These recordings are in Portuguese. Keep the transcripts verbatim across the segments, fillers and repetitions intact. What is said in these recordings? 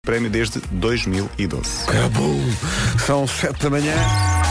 prémio desde dois mil e doze. Acabou! São sete da manhã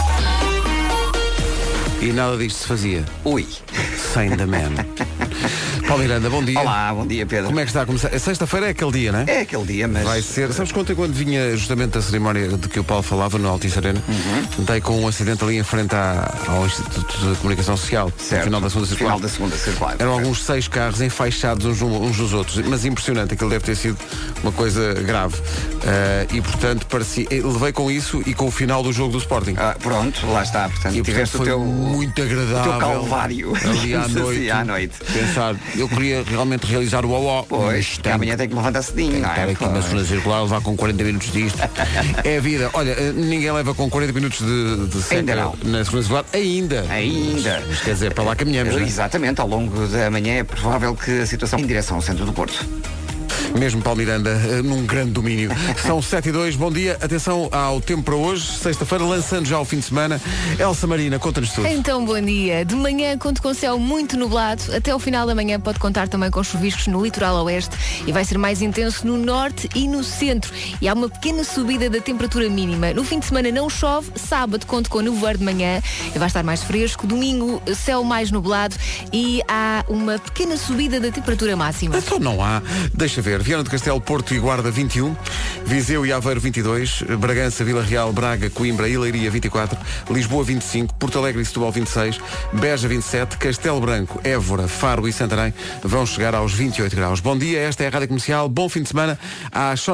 e nada disto se fazia. Ui. Sem the man. Paulo Miranda, bom dia. Olá, bom dia, Pedro. Como é que está a começar? A sexta-feira é aquele dia, não é? É aquele dia, mas... Vai ser... Sabes quando, quando vinha justamente a cerimónia de que o Paulo falava no Altice Arena? Uhum. Dei com um acidente ali em frente à, ao Instituto de Comunicação Social. Certo. No final da segunda circular. Final da segunda circular. Eram certo. alguns seis carros enfaixados uns, uns dos outros. Mas impressionante, aquilo deve ter sido uma coisa grave. Uh, e portanto, parecia... levei com isso e com o final do jogo do Sporting. Ah, pronto, lá está. Portanto, e tiveste portanto, foi o teu... muito agradável. O teu calvário. Ali à noite. Sim, à noite. Pensar, eu queria realmente realizar o ó-ó. Pois, que amanhã tem que me levantar cedinho. Tem que não estar é? aqui na segunda circular, levar com quarenta minutos disto. É a vida. Olha, ninguém leva com quarenta minutos de, de seca Ainda não. na segunda circular. Ainda. Ainda. Mas, quer dizer, para lá caminhamos, não é? Exatamente, ao longo da manhã é provável que a situação em direção ao centro do Porto. Mesmo Paulo Miranda, num grande domínio. São sete e dois, bom dia. Atenção ao tempo para hoje, sexta-feira, lançando já o fim de semana. Elsa Marina, conta-nos tudo. Então, bom dia. De manhã conto com céu muito nublado. Até o final da manhã pode contar também com chuviscos no litoral oeste e vai ser mais intenso no norte e no centro. E há uma pequena subida da temperatura mínima. No fim de semana não chove. Sábado conto com nevoeiro de manhã e vai estar mais fresco. Domingo, céu mais nublado e há uma pequena subida da temperatura máxima. Então não há. Deixa ver. Viana do Castelo, Porto e Guarda vinte e um, Viseu e Aveiro vinte e dois, Bragança, Vila Real, Braga, Coimbra e Leiria vinte e quatro, Lisboa vinte e cinco, Porto Alegre e Setúbal vinte e seis, Beja vinte e sete, Castelo Branco, Évora, Faro e Santarém vão chegar aos vinte e oito graus. Bom dia, esta é a Rádio Comercial, bom fim de semana à Sean...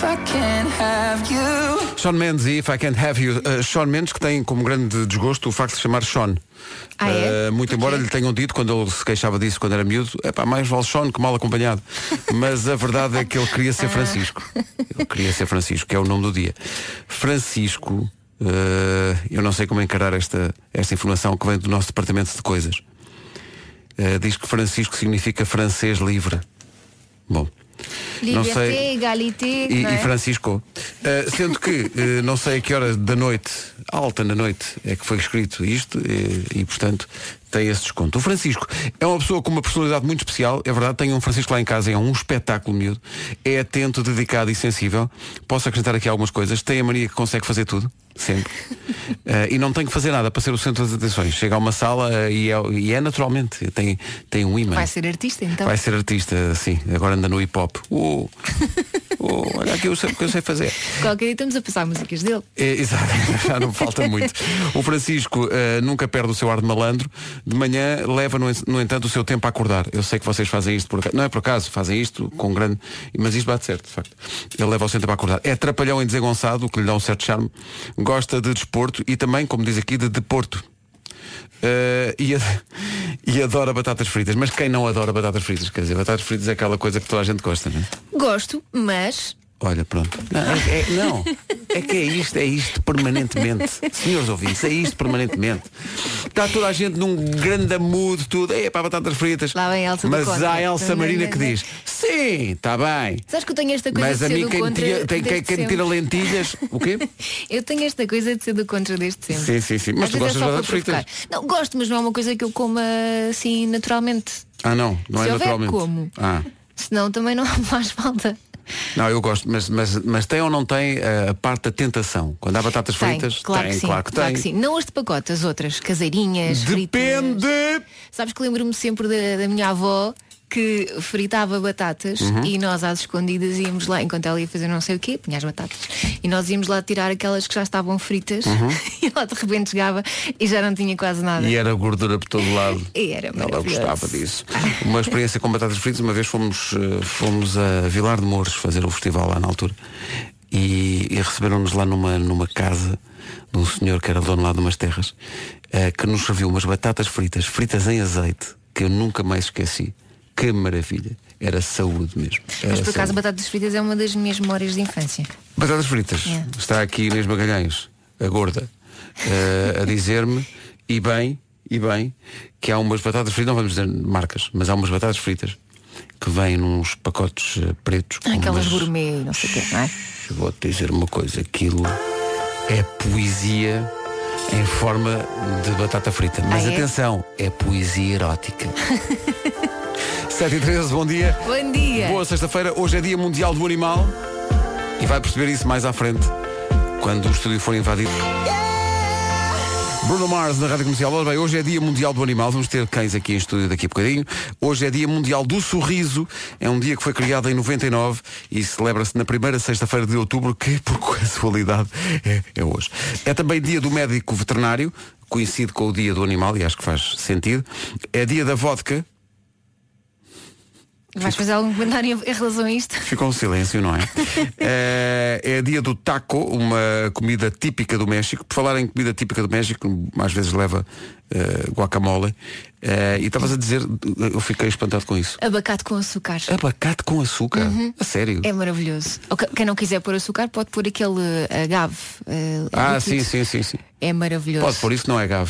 Sean Mendes e If I Can't Have You. Uh, Sean Mendes, que tem como grande desgosto o facto de se chamar Sean. Ah, é? Uh, muito embora lhe tenham dito, quando ele se queixava disso quando era miúdo, é pá, mais vale Sean que mal acompanhado. Mas a verdade é que ele queria ser Francisco. Ele queria ser Francisco, que é o nome do dia. Francisco, uh, eu não sei como encarar esta, esta informação que vem do nosso departamento de coisas. Uh, diz que Francisco significa francês livre. Bom. Não Liberté, sei. égalité, E, não é? e Francisco. Uh, sendo que uh, não sei a que hora da noite, alta na noite, é que foi escrito isto e, e portanto tem esse desconto. O Francisco é uma pessoa com uma personalidade muito especial, é verdade, tenho um Francisco lá em casa, é um espetáculo miúdo, é atento, dedicado e sensível. Posso acrescentar aqui algumas coisas. Tem a mania que consegue fazer tudo, sempre. uh, e não tem que fazer nada para ser o centro das atenções. Chega a uma sala uh, e, é, e é naturalmente, tem, tem um imã. Vai ser artista então? Vai ser artista, sim. Agora anda no hip hop. Uh, uh, olha aqui o que eu sei fazer. Qualquer dia estamos a passar músicas dele. É, exato, já não falta muito. O Francisco uh, nunca perde o seu ar de malandro. De manhã leva, no, no entanto, o seu tempo a acordar. Eu sei que vocês fazem isto por acaso. Não é por acaso, fazem isto com grande... Mas isto bate certo, de facto. Ele leva o seu tempo a acordar. É trapalhão e desengonçado, o que lhe dá um certo charme. Gosta de desporto e também, como diz aqui, de deporto. Uh, e, a, e adora batatas fritas. Mas quem não adora batatas fritas? Quer dizer, batatas fritas é aquela coisa que toda a gente gosta, não é? Gosto, mas... Olha, pronto. Não é, é, não, é que é isto, é isto permanentemente. Senhores ouvintes, é isto permanentemente. Está toda a gente num grande mood, tudo. É para batatas fritas. Lá vem a Elsa Mas do contra. há a Elsa Marina que diz: sim, está bem. Sabes que eu tenho esta coisa Mas de a ser mim do quem, contra tira, tem, quem, desde quem sempre. tira lentilhas. O quê? Eu tenho esta coisa de ser do contra desde sempre. Sim, sim, sim. Mas Às tu vezes gostas é de só batatas para fritas? provocar. Não, gosto, mas não é uma coisa que eu coma assim naturalmente. Ah, não, não Se é houver, naturalmente. como. Ah. Senão também não faz falta. Não, eu gosto, mas, mas, mas tem ou não tem a parte da tentação? Quando há batatas Tem, fritas, claro tem, que sim, claro que claro tem. que sim. Não as de pacote, as outras, caseirinhas, Depende. fritas. Sabes que lembro-me sempre da, da minha avó que fritava batatas Uhum. e nós às escondidas íamos lá, enquanto ela ia fazer não sei o quê, punha as batatas, e nós íamos lá tirar aquelas que já estavam fritas Uhum. e ela de repente chegava e já não tinha quase nada. E era gordura por todo lado. E era Ela maravilhoso. gostava disso. Uma experiência com batatas fritas. Uma vez fomos, eh, fomos a Vilar de Mouros fazer o festival lá na altura e, e receberam-nos lá numa, numa casa de um senhor que era dono lá de umas terras, eh, que nos serviu umas batatas fritas, fritas em azeite, que eu nunca mais esqueci. Que maravilha. Era saúde mesmo. Era Mas por acaso saúde. batatas fritas é uma das minhas memórias de infância. Batatas fritas. É. Está aqui Inês Magalhães, a gorda, eh, a dizer-me, e bem, e bem, que há umas batatas fritas, não vamos dizer marcas, mas há umas batatas fritas que vêm nos pacotes eh, pretos. com Aquelas umas... gourmet, não sei o quê, não é? Vou-te dizer uma coisa, aquilo é poesia em forma de batata frita. Mas Ah, é? atenção, é poesia erótica. sete e treze, bom dia. Bom dia. Boa sexta-feira, hoje é Dia Mundial do Animal. E vai perceber isso mais à frente, quando o estúdio for invadido. Bruno Mars na Rádio Comercial. Ora bem, hoje é Dia Mundial do Animal. Vamos ter cães aqui em estúdio daqui a bocadinho. Hoje é Dia Mundial do Sorriso. É um dia que foi criado em noventa e nove e celebra-se na primeira sexta-feira de outubro, que por casualidade é, é hoje. É também Dia do Médico Veterinário, coincide com o Dia do Animal e acho que faz sentido. É Dia da Vodka. Vais fazer algum comentário em relação a isto? Ficou um silêncio, não é? é? É dia do taco, uma comida típica do México. Por falar em comida típica do México, às vezes leva uh, guacamole. Uh, e estavas a dizer, eu fiquei espantado com isso. Abacate com açúcar. Abacate com açúcar? Uhum. A sério? É maravilhoso. Quem não quiser pôr açúcar pode pôr aquele agave. Uh, ah, sim, sim, sim, sim. É maravilhoso. Pode pôr isso, não é agave.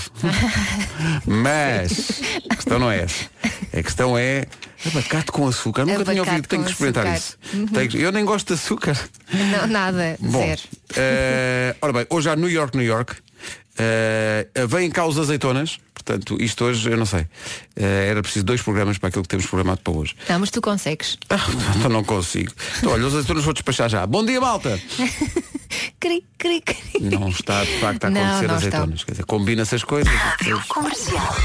Mas a questão não é essa. A questão é abacate com açúcar. Nunca abacate tinha ouvido, tenho que experimentar açúcar. isso. Uhum. Tenho... Eu nem gosto de açúcar. Não, nada, Bom, zero. Uh, ora bem, hoje há New York, New York. Uh, vêm cá os azeitonas. Portanto, isto hoje, eu não sei. Uh, era preciso dois programas para aquilo que temos programado para hoje. Não, mas tu consegues. Ah, então não consigo. Então, olha, os azeitonas vou despachar já. Bom dia, malta! Cri, cri, cri. Não está, de facto, a Não, acontecer não azeitonas. Quer dizer, combina-se as coisas. Rádio Comercial.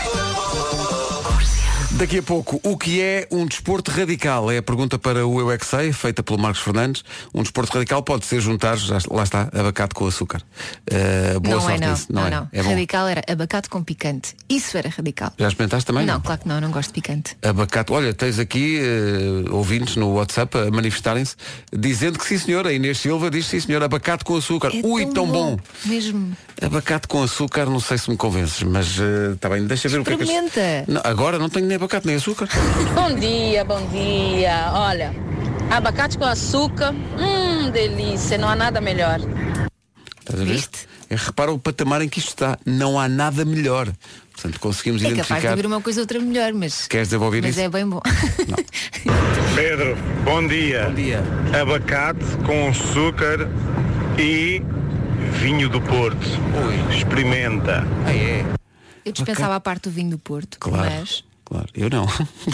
Daqui a pouco, o que é um desporto radical? É a pergunta para o Eu É Que Sei, feita pelo Marcos Fernandes. Um desporto radical pode ser juntar, já, lá está, abacate com açúcar. Uh, boa não sorte é não, nisso. não, não, não. é? É Radical era abacate com picante. Isso era radical. Já experimentaste também? Não, claro que não, não gosto de picante. Abacate, olha, tens aqui uh, ouvintes no WhatsApp a manifestarem-se, dizendo que sim senhor, a Inês Silva diz sim senhor, abacate com açúcar. É Ui, tão tão bom. bom. Mesmo. Abacate com açúcar, não sei se me convences, mas está uh, bem, deixa ver o que é que... Experimenta. Não, agora não tenho nem abacate nem açúcar. Bom dia, bom dia. Olha, abacate com açúcar, hum, delícia, não há nada melhor. Estás a ver? Viste? É, repara o patamar em que isto está. Não há nada melhor. Portanto, conseguimos É identificar. capaz de haver uma coisa ou outra melhor, mas... Queres desenvolver mas isso? é bem bom. Pedro, bom dia. Bom dia. Abacate com açúcar e vinho do Porto. Ui. Experimenta. Ah, é? Eu dispensava a parte do vinho do Porto, Claro. mas... Claro, eu não.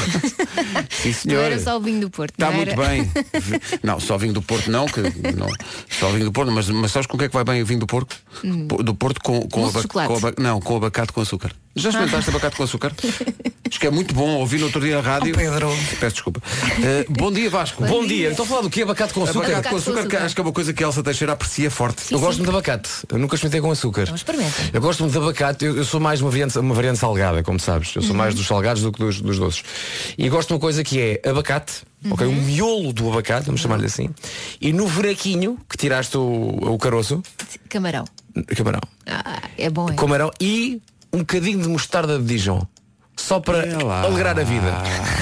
Sim, Não senhora. era só o vinho do Porto, Está não muito era? bem. Não, só vinho do Porto não, que não. Só vinho do Porto, mas, mas sabes com o que é que vai bem o vinho do Porto? Hum. Do Porto com, com, Mousse de aba- chocolate. com aba- não, com abacate com açúcar. Já experimentaste abacate com açúcar? Acho que é muito bom, ouvi no outro dia na rádio. Oh, Pedro. Peço desculpa. Uh, bom dia, Vasco. Bom dia. Estou a falar do quê? Abacate com açúcar? Abacate Abacate com com açúcar, que açúcar. acho que é uma coisa que a Elsa Teixeira aprecia forte. Sim, Eu gosto sim. muito de abacate. Eu nunca experimentei com açúcar. Então experimenta. Eu gosto muito de abacate. Eu, eu sou mais uma variante, uma variante salgada, como sabes. Eu sou mais dos salgados do que dos, dos doces. E gosto de uma coisa que é abacate, ok? O miolo do abacate, vamos chamar-lhe assim. E no buraquinho, que tiraste o, o caroço, Camarão. camarão. Ah, é bom, é? Camarão e um bocadinho de mostarda de Dijon. Só para É lá. alegrar a vida.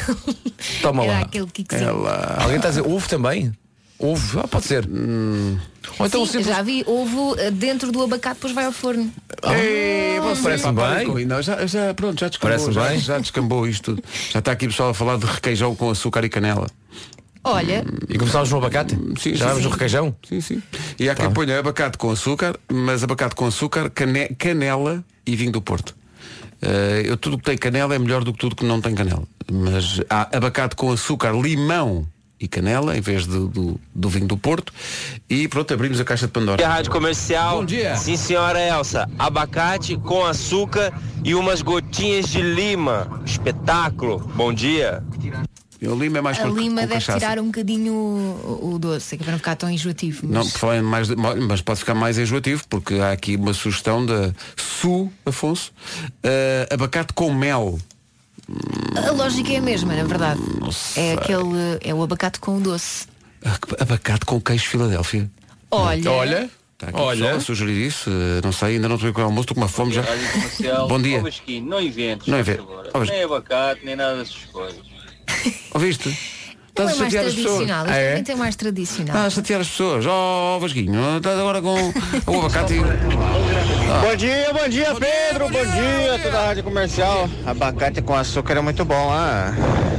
Toma Era lá. aquele kickzinho. Ela. Alguém está a dizer ovo também? Ovo? Ah, pode ser. Ou então Sim, simples... já vi ovo eh, dentro do abacate, depois vai ao forno. Ei, você, parece-me pá, bem. com- Não, já, já, pronto, já descambou, Parece-me já, bem. já descambou isto tudo. Já está aqui o pessoal a falar de requeijão com açúcar e canela. Olha, E começámos no abacate? Sim, Já sim, vamos sim. no requeijão? Sim, sim. E há Tá. quem ponha abacate com açúcar, mas abacate com açúcar, cane- canela e vinho do Porto. Eh, eu, tudo que tem canela é melhor do que tudo que não tem canela. Mas há abacate com açúcar, limão e canela, em vez do, do, do vinho do Porto. E pronto, abrimos a caixa de Pandora. Rádio Comercial. Bom dia. Sim, senhora Elsa. Abacate com açúcar e umas gotinhas de lima. Espetáculo. Bom dia. E o lima é mais a com, lima com deve cachaça. tirar um bocadinho o, o doce, que para não ficar tão enjoativo. Não, Mas... por falar em mais, de- mas pode ficar mais enjoativo, porque há aqui uma sugestão da Su Afonso. Eh, abacate com mel. A lógica é a mesma, na verdade. É aquele, é o abacate com o doce. Abacate com queijo Filadélfia. Olha, Olha, Está aqui olha. pessoal a sugerir isso. eh, Não sei, ainda não estou com o almoço, estou com uma fome já. Bom dia. Não inventes, Não por inventes. favor. Ó, mas- Nem abacate, nem nada dessas coisas. Ouviste? não Estás é a mais chatear as pessoas. tradicional. Isto Ah, é? também tem mais tradicional. Estás a chatear as pessoas. Ó oh, Vasquinho, estás agora com o abacate. Bom dia, bom dia Pedro, bom dia, toda a rádio comercial. Abacate com açúcar é muito bom, ah.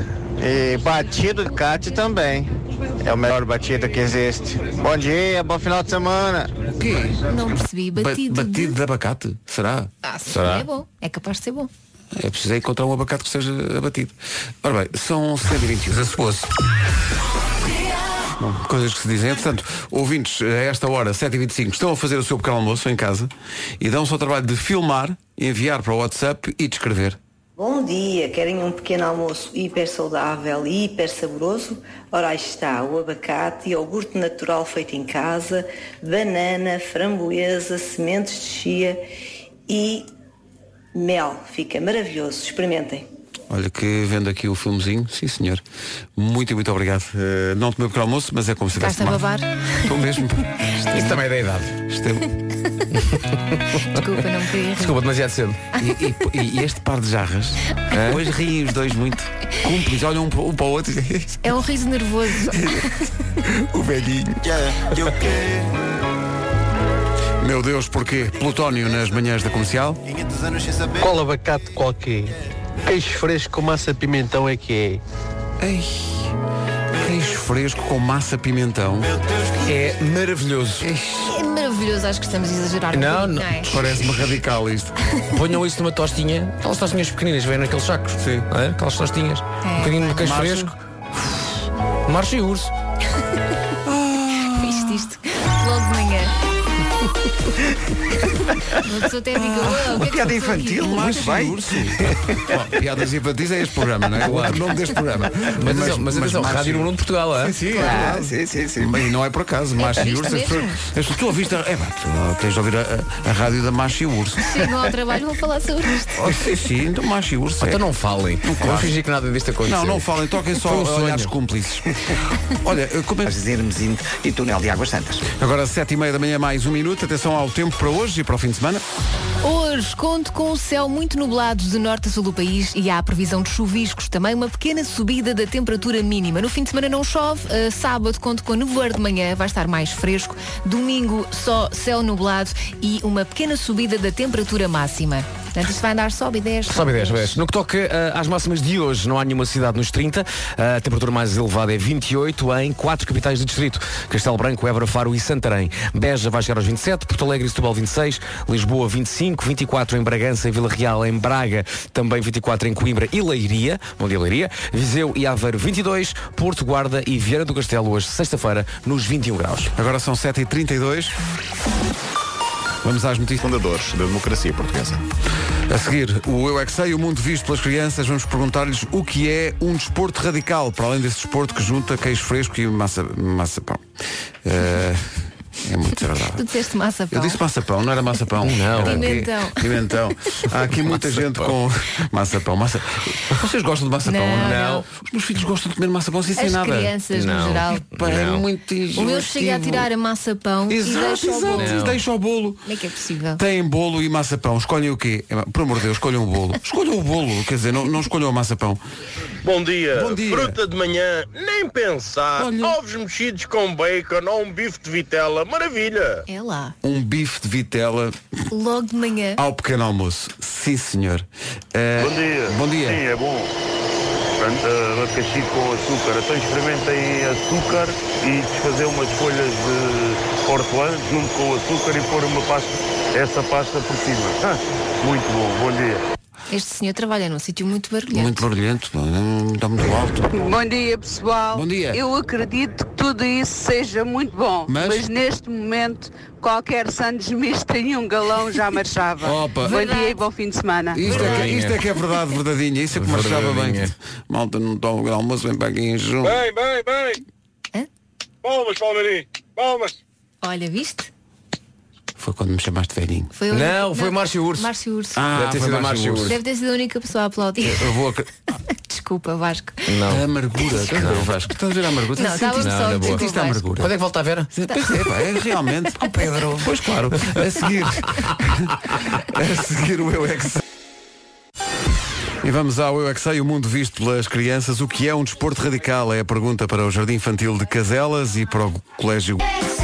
E batido de cate também. É o melhor batido que existe. Bom dia, bom final de semana. O quê? Não percebi. Ba- Batido, batido de... de abacate? Será? Ah, sim, Será? é bom. É capaz de ser bom. É preciso encontrar um abacate que seja abatido. Ora bem, são cento e vinte e um. Se fosse. Bom, coisas que se dizem. Portanto, ouvintes, a esta hora, sete e vinte e cinco, estão a fazer o seu pequeno almoço em casa e dão-se ao trabalho de filmar, enviar para o WhatsApp e descrever. Bom dia, querem um pequeno almoço hiper saudável e hiper saboroso? Ora, aí está, o abacate, iogurte natural feito em casa, banana, framboesa, sementes de chia e mel. Fica maravilhoso, experimentem. Olha que vendo aqui o filmezinho, sim senhor. Muito e muito obrigado. Uh, não tomei o pequeno almoço, mas é como se tivesse Estás a babar? Estou mesmo. Isso também é da idade. Esteve... Desculpa, não queria. Desculpa, demasiado cedo. E, e, e este par de jarras, uh, hoje riem os dois muito cúmplices, olham um, um para o outro. É um riso nervoso. O velhinho. Meu Deus, porquê? Plutónio nas manhãs da Comercial. Qual abacate qualquer? Queijo fresco com massa pimentão é que é. Ei, queijo fresco com massa pimentão. É maravilhoso. É maravilhoso, acho que estamos a exagerar. Um Não, pouco, não. é? Parece-me radical isto. Ponham isso numa tostinha. Aquelas tostinhas pequeninas, vêm naqueles sacos. Sim. É? Aquelas tostinhas. É, um bocadinho de queijo Macho. fresco. Marcha e urso. Viste isto? Logo de manhã. Uma pessoa até fica, "Oh, o que é que Piada se passou aqui?" infantil, Macho muito e bem. urso. Bom, piadas infantis é este programa, não é? O outro nome deste programa. Mas, mas, mas atenção, macho rádio e- no mundo de Portugal, é? Sim, sim, é Ah, verdade. sim, sim, sim. E não é por acaso, Macho e isto Urso. As mesmo? pessoas, as pessoas, tu ouviste a, é, pá, tu tens de ouvir a, a, a rádio da Macho e Urso. Chegam ao trabalho, vou falar sobre isto. Oh, sim, sim, então Macho e Urso. Então é. não falem. Vamos fingir que nada disto aconteceu. Não, não falem, toquem só Foi um a sonho. olhares cúmplices. Olha, como é... Às vezes Hermesinde e túnel de Águas Santas. Agora sete e meia da manhã, mais um minuto. Atenção ao tempo para hoje e para o fim de semana. Hoje conto com o céu muito nublado de norte a sul do país e há a previsão de chuviscos. Também uma pequena subida da temperatura mínima. No fim de semana não chove. Uh, sábado conto com nevoeiro de manhã, vai estar mais fresco. Domingo só céu nublado e uma pequena subida da temperatura máxima. Portanto, isto vai andar sobe e desce. Sobe e desce, desce. No que toca uh, às máximas de hoje, não há nenhuma cidade nos trinta. Uh, a temperatura mais elevada é vinte e oito em quatro capitais de distrito. Castelo Branco, Évora, Faro e Santarém. Beja vai chegar aos vinte e sete, Porto Alegre e Setúbal vinte e seis, Lisboa vinte e cinco, vinte e quatro em Bragança e Vila Real, em Braga, também vinte e quatro em Coimbra e Leiria. Bom dia, Leiria. Viseu e Aveiro vinte e dois, Porto, Guarda e Viana do Castelo hoje, sexta-feira, nos vinte e um graus. Agora são sete e trinta e dois. Vamos às notícias. Fundadores da democracia portuguesa. A seguir, o Eu É Que Sei, o mundo visto pelas crianças. Vamos perguntar-lhes o que é um desporto radical, para além desse desporto que junta queijo fresco e massa, massa pão. Uh, é muito desagradável. Tu disseste massa pão. Eu disse massa pão, não era massa pão. Não. Era Pimentão. quê? Pimentão. Há aqui muita Massa gente pão. com massa pão. Massa... Vocês gostam de massa Não, pão? ou não. Os meus filhos gostam de comer massa pão sem ser As nada. crianças, no Não. geral. Pá, é Não. muito O meu chega a tirar a massa pão Exato, e deixa o exato. bolo. E deixa o bolo. Como é que é possível? Tem bolo e massa pão. Escolhem o quê? É, por amor de Deus, escolham o bolo. Escolham o bolo. Quer dizer, não, não escolham a massa pão. Bom dia. Bom dia. Fruta de manhã, nem pensar. Olha. Ovos mexidos com bacon ou um bife de vitela, maravilha. É lá. Um bife de vitela Logo de manhã. ao pequeno almoço. Sim, senhor. Uh, Bom dia. Bom dia. Sim, é bom. Portanto, abacaxi com açúcar. Então experimentem açúcar e desfazer umas folhas de hortelã junto com o açúcar e pôr uma pasta, essa pasta por cima. Ah, muito bom. Bom dia. Este senhor trabalha num sítio muito barulhento. Muito barulhento. Não está muito alto. Bom dia, pessoal. Bom dia. Eu acredito que tudo isso seja muito bom, Mas- mas, neste momento qualquer sandes misto em um galão já marchava. Opa. Bom Verdade. dia e bom fim de semana. Isto é, que, Verdadinha. isto é que é verdade, verdadinha. Isso é que marchava bem. Verdadinha. Malta, não toma o almoço, vem para aqui em junho. Bem, bem, bem. Hã? Palmas, Palmeirinho. Palmas. Olha, viste? Foi quando me chamaste velhinho. Foi a Não, única- foi Márcio Urso. Márcio Urso. Ah, Deve ter foi sido a Márcio Márcio Urso. Urso. Deve ter sido a única pessoa a aplaudir. Eu vou ac... Desculpa, Vasco. A Não. amargura. Estás a ver, Vasco? Estás a ver a amargura? Não, estava Sentiste- só Não, a na boa. dizer com o Sentiste a Vasco. amargura? Quando é que volta a Vera? Pois é, pá, é realmente. Com Pedro. Pois claro. A seguir. A seguir o Eu É Que Sei. E vamos ao Eu É Que Sei, o mundo visto pelas crianças. O que é um desporto radical? É a pergunta para o Jardim Infantil de Caselas e para o Colégio.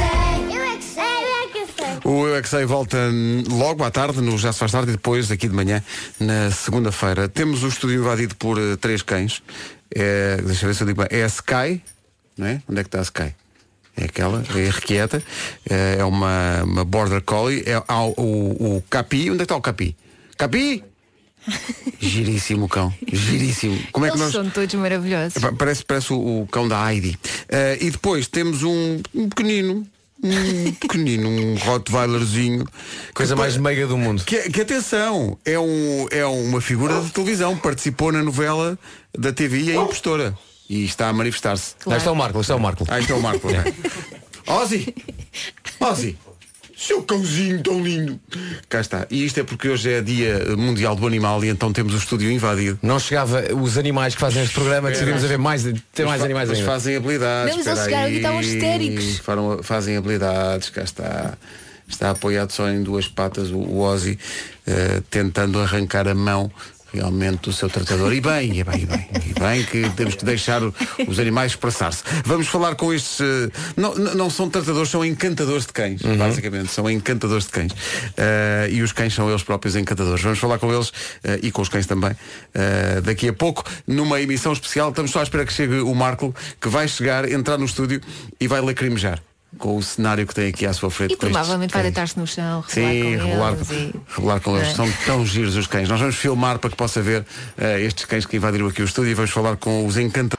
O Eu É Que Sei volta logo à tarde, no Já Se Faz Tarde, e depois, aqui de manhã, na segunda-feira. Temos o estúdio invadido por uh, três cães. É, deixa eu ver se eu digo bem. É a Sky, não é? Onde é que está a Sky? É aquela, é irrequieta. É uma, uma Border Collie. É, há o, o, o Capi. Onde é que está o Capi? Capi! Giríssimo o cão. Giríssimo. Como é que Eles nós... são todos maravilhosos. Epá, Parece, parece o, o cão da Heidi. Uh, e depois temos um, um pequenino. Um pequenino, um Rottweilerzinho. Coisa que, mais meiga do mundo. Que, que atenção, é, um, é uma figura de televisão. Participou na novela da T V A Impostora. E está a manifestar-se. Claro. Ah, isto é o Marco, isto é o Marco. Ah, isto é o Marco. Okay. Ozzy! Ozzy! Seu cãozinho tão lindo. Cá está. E isto é porque hoje é dia mundial do animal e então temos o estúdio invadido. Não chegava os animais que fazem este programa, decidimos haver mais, ter mais animais ainda. Mas fazem habilidades. Não, eles chegaram aqui, estavam histéricos. Faram, fazem habilidades, cá está. Está apoiado só em duas patas o, o Ozzy, uh, tentando arrancar a mão realmente do seu tratador. E bem, e bem, e bem, e bem que temos que deixar os animais expressar-se. Vamos falar com estes. Uh, não, não são tratadores, são encantadores de cães, uhum. basicamente. São encantadores de cães. Uh, e os cães são eles próprios encantadores. Vamos falar com eles uh, e com os cães também. Uh, daqui a pouco, numa emissão especial, estamos só à espera que chegue o Marco, que vai chegar, entrar no estúdio e vai lacrimejar com o cenário que tem aqui à sua frente. E provavelmente vai deitar-se no chão, Sim, revelar com revelar, eles. E... revelar com eles. É. São tão giros os cães. Nós vamos filmar para que possa ver uh, estes cães que invadiram aqui o estúdio e vamos falar com os encantadores.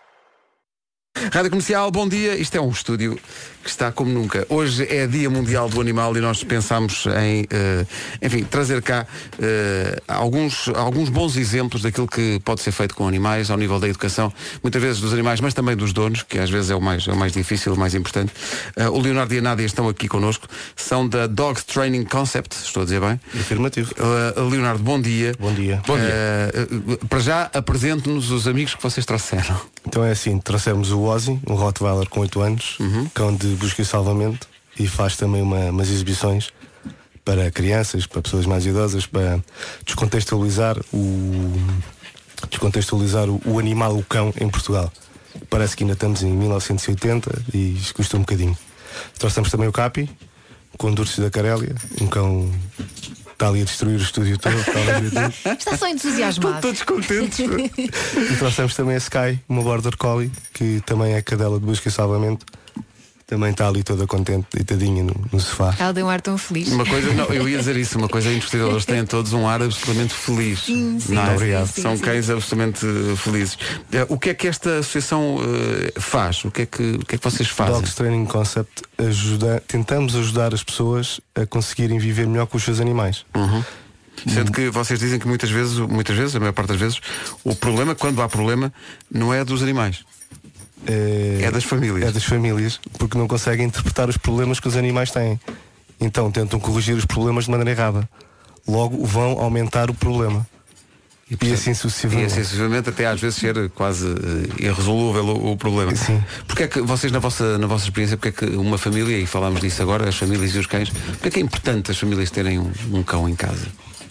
Rádio Comercial, bom dia. Isto é um estúdio que está como nunca. Hoje é Dia Mundial do Animal e nós pensámos em, uh, enfim, trazer cá uh, alguns, alguns bons exemplos daquilo que pode ser feito com animais ao nível da educação, muitas vezes dos animais, mas também dos donos, que às vezes é o mais, é o mais difícil, o mais importante. Uh, o Leonardo e a Nádia estão aqui connosco. São da Dogs Training Concept, estou a dizer bem? Afirmativo. Uh, Leonardo, bom dia. Bom dia. Bom dia. Uh, para já, apresente-nos os amigos que vocês trouxeram. Então é assim, trouxemos o Ozzy, um Rottweiler com oito anos, uhum. cão de busca e salvamento, e faz também uma, umas exibições para crianças, para pessoas mais idosas, para descontextualizar o descontextualizar o, o animal, o cão, em Portugal. Parece que ainda estamos em mil novecentos e oitenta e isto custa um bocadinho. Trouxemos também o Capi, com Dulce da Carélia, um cão está ali a destruir o estúdio todo. Está, está só entusiasmado. Estão todos contentes. E trouxemos também a Sky, uma Border Collie, que também é cadela de busca e salvamento. Também está ali toda contente, deitadinha no, no sofá. Ela tem um ar tão feliz. Uma coisa, não, eu ia dizer isso, uma coisa indiscutível, eles têm todos um ar absolutamente feliz. Sim, sim, não é? Obrigado. Sim, São sim, cães sim. absolutamente felizes. O que é que esta associação uh, faz? O que, é que, o que é que vocês fazem? Dogs Training Concept ajuda, tentamos ajudar as pessoas a conseguirem viver melhor com os seus animais. Uhum. Sendo que vocês dizem que muitas vezes, muitas vezes, a maior parte das vezes, o problema, quando há problema, não é dos animais. É, é das famílias. É das famílias, porque não conseguem interpretar os problemas que os animais têm. Então tentam corrigir os problemas de maneira errada. Logo vão aumentar o problema. E, portanto, e assim sucessivamente. E assim sucessivamente, até às vezes ser quase uh, irresolúvel o, o problema. Sim. Porque é que vocês, na vossa, na vossa experiência, porque é que uma família, e falámos disso agora, as famílias e os cães, porque é que é importante as famílias terem um, um cão em casa?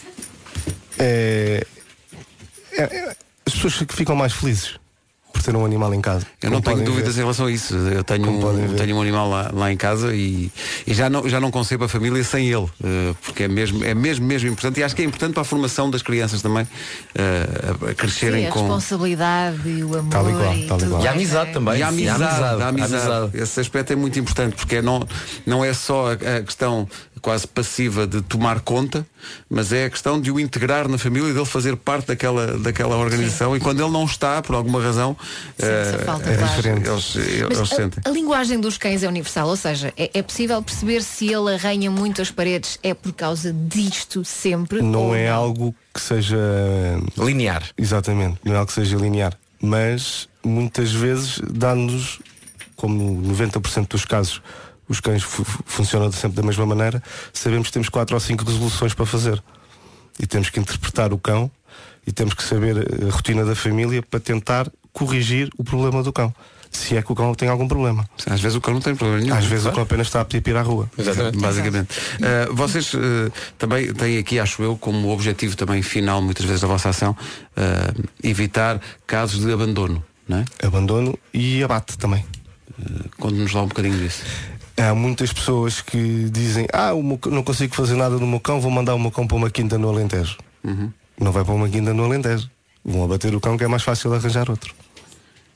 É, é, é, as pessoas que ficam mais felizes por ter um animal em casa. Eu não tenho dúvidas ver. em relação a isso. Eu tenho, um, tenho um animal lá, lá em casa e, e já, não, já não concebo a família sem ele, uh, porque é mesmo, é mesmo, mesmo importante, e acho que é importante para a formação das crianças também, uh, a crescerem Sim, a com... a responsabilidade e o amor tal igual, e, tal igual. E a amizade também. E a amizade, e a amizade, a amizade. A amizade. Esse aspecto é muito importante, porque não, não é só a, a questão quase passiva de tomar conta, mas é a questão de o integrar na família e dele fazer parte daquela, daquela organização. Sim. E quando ele não está, por alguma razão, Sim, uh, falta é claro. diferente. Eles, eles a, sentem. A linguagem dos cães é universal, ou seja, é, é possível perceber se ele arranha muito as paredes é por causa disto sempre? Não ou é não? algo que seja linear. Exatamente, não é algo que seja linear. Mas muitas vezes dá-nos, como noventa por cento dos casos os cães funcionam sempre da mesma maneira, sabemos que temos quatro ou cinco resoluções para fazer. E temos que interpretar o cão e temos que saber a rotina da família para tentar corrigir o problema do cão. Se é que o cão tem algum problema. Às vezes o cão não tem problema nenhum. Às vezes claro. O cão apenas está a pedir para ir à rua. Exatamente. Basicamente. Uh, vocês uh, também têm aqui, acho eu, como objetivo também final, muitas vezes, da vossa ação, uh, evitar casos de abandono, não é? Abandono e abate também. Uh, Conte-nos lá um bocadinho disso. Há muitas pessoas que dizem, ah, o meu, não consigo fazer nada no meu cão, vou mandar o meu cão para uma quinta no Alentejo. Uhum. Não vai para uma quinta no Alentejo. Vão abater o cão, que é mais fácil arranjar outro.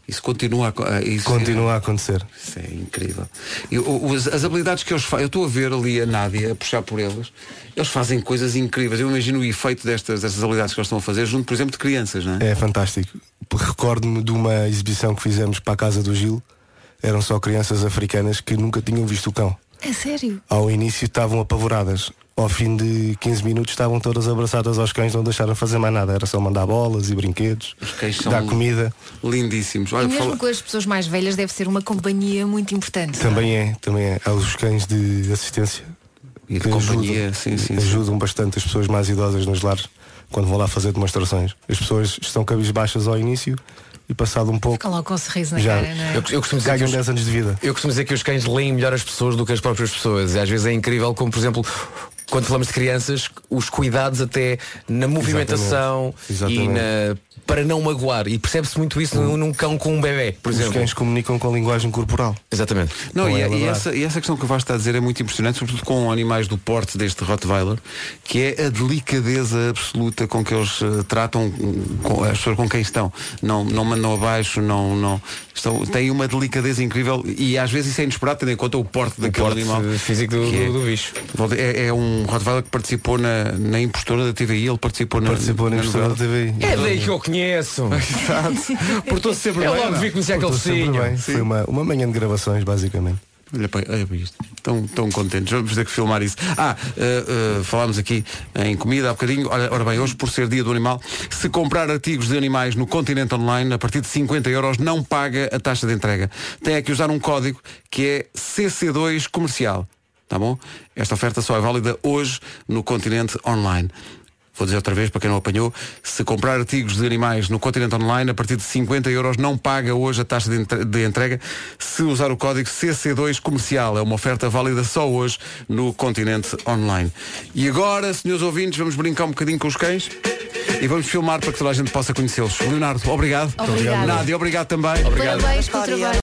Isso continua a, isso continua a acontecer. Isso é incrível. E, os, as habilidades que eles fazem, eu estou a ver ali a Nádia a puxar por eles, eles fazem coisas incríveis. Eu imagino o efeito destas, destas habilidades que eles estão a fazer junto, por exemplo, de crianças, não é? É fantástico. Recordo-me de uma exibição que fizemos para a casa do Gil. Eram só crianças africanas que nunca tinham visto o cão. É sério? Ao início estavam apavoradas. Ao fim de quinze minutos estavam todas abraçadas aos cães, não deixaram fazer mais nada. Era só mandar bolas e brinquedos, os cães dar são comida. Lindíssimos. Olha, e mesmo fala... com as pessoas mais velhas deve ser uma companhia muito importante. Também é, também é. Há os cães de assistência e de companhia, ajudam, sim, sim, ajudam sim. bastante as pessoas mais idosas nos lares quando vão lá fazer demonstrações. As pessoas estão cabisbaixas ao início e passado um pouco ficam logo com um sorriso na já, cara, não é? Eu, eu costumo dizer ganham que os, dez anos de vida. Eu costumo dizer que os cães leem melhor as pessoas do que as próprias pessoas. E às vezes é incrível como, por exemplo, quando falamos de crianças, os cuidados até na movimentação Exatamente. Exatamente. e na, para não magoar. E percebe-se muito isso num, num cão com um bebê, por Os exemplo. Os cães comunicam com a linguagem corporal. Exatamente. Não, e, e, essa, e essa questão que o Vasco está a dizer é muito impressionante, sobretudo com animais do porte deste Rottweiler, que é a delicadeza absoluta com que eles uh, tratam com, as pessoas com quem estão. Não, não mandam abaixo, não, não estão, têm uma delicadeza incrível e às vezes isso é inesperado, tendo em conta o porte o daquele porte animal físico do, é, do, do bicho. É, é um Rottweiler que participou na, na impostora da T V I, ele participou na, participou na, na impostora da T V I. É daí que eu conheço. Portou-se sempre é bem. É logo vi conhecer aquele focinho. Foi uma, uma manhã de gravações, basicamente. Olha para, olha para isto. Estão, estão contentes. Vamos ter que filmar isso. Ah, uh, uh, falámos aqui em comida há bocadinho. Ora, ora bem, hoje por ser dia do animal, se comprar artigos de animais no Continente Online, a partir de cinquenta euros, não paga a taxa de entrega. Tem é que usar um código que é C C dois comercial. Tá bom? Esta oferta só é válida hoje no Continente Online. Vou dizer outra vez para quem não apanhou, se comprar artigos de animais no Continente Online, a partir de cinquenta euros, não paga hoje a taxa de entrega se usar o código C C dois comercial. É uma oferta válida só hoje no Continente Online. E agora, senhores ouvintes, vamos brincar um bocadinho com os cães e vamos filmar para que toda a gente possa conhecê-los. Leonardo, obrigado. Obrigado. Nádia, obrigado também. Obrigado. Parabéns pelo trabalho.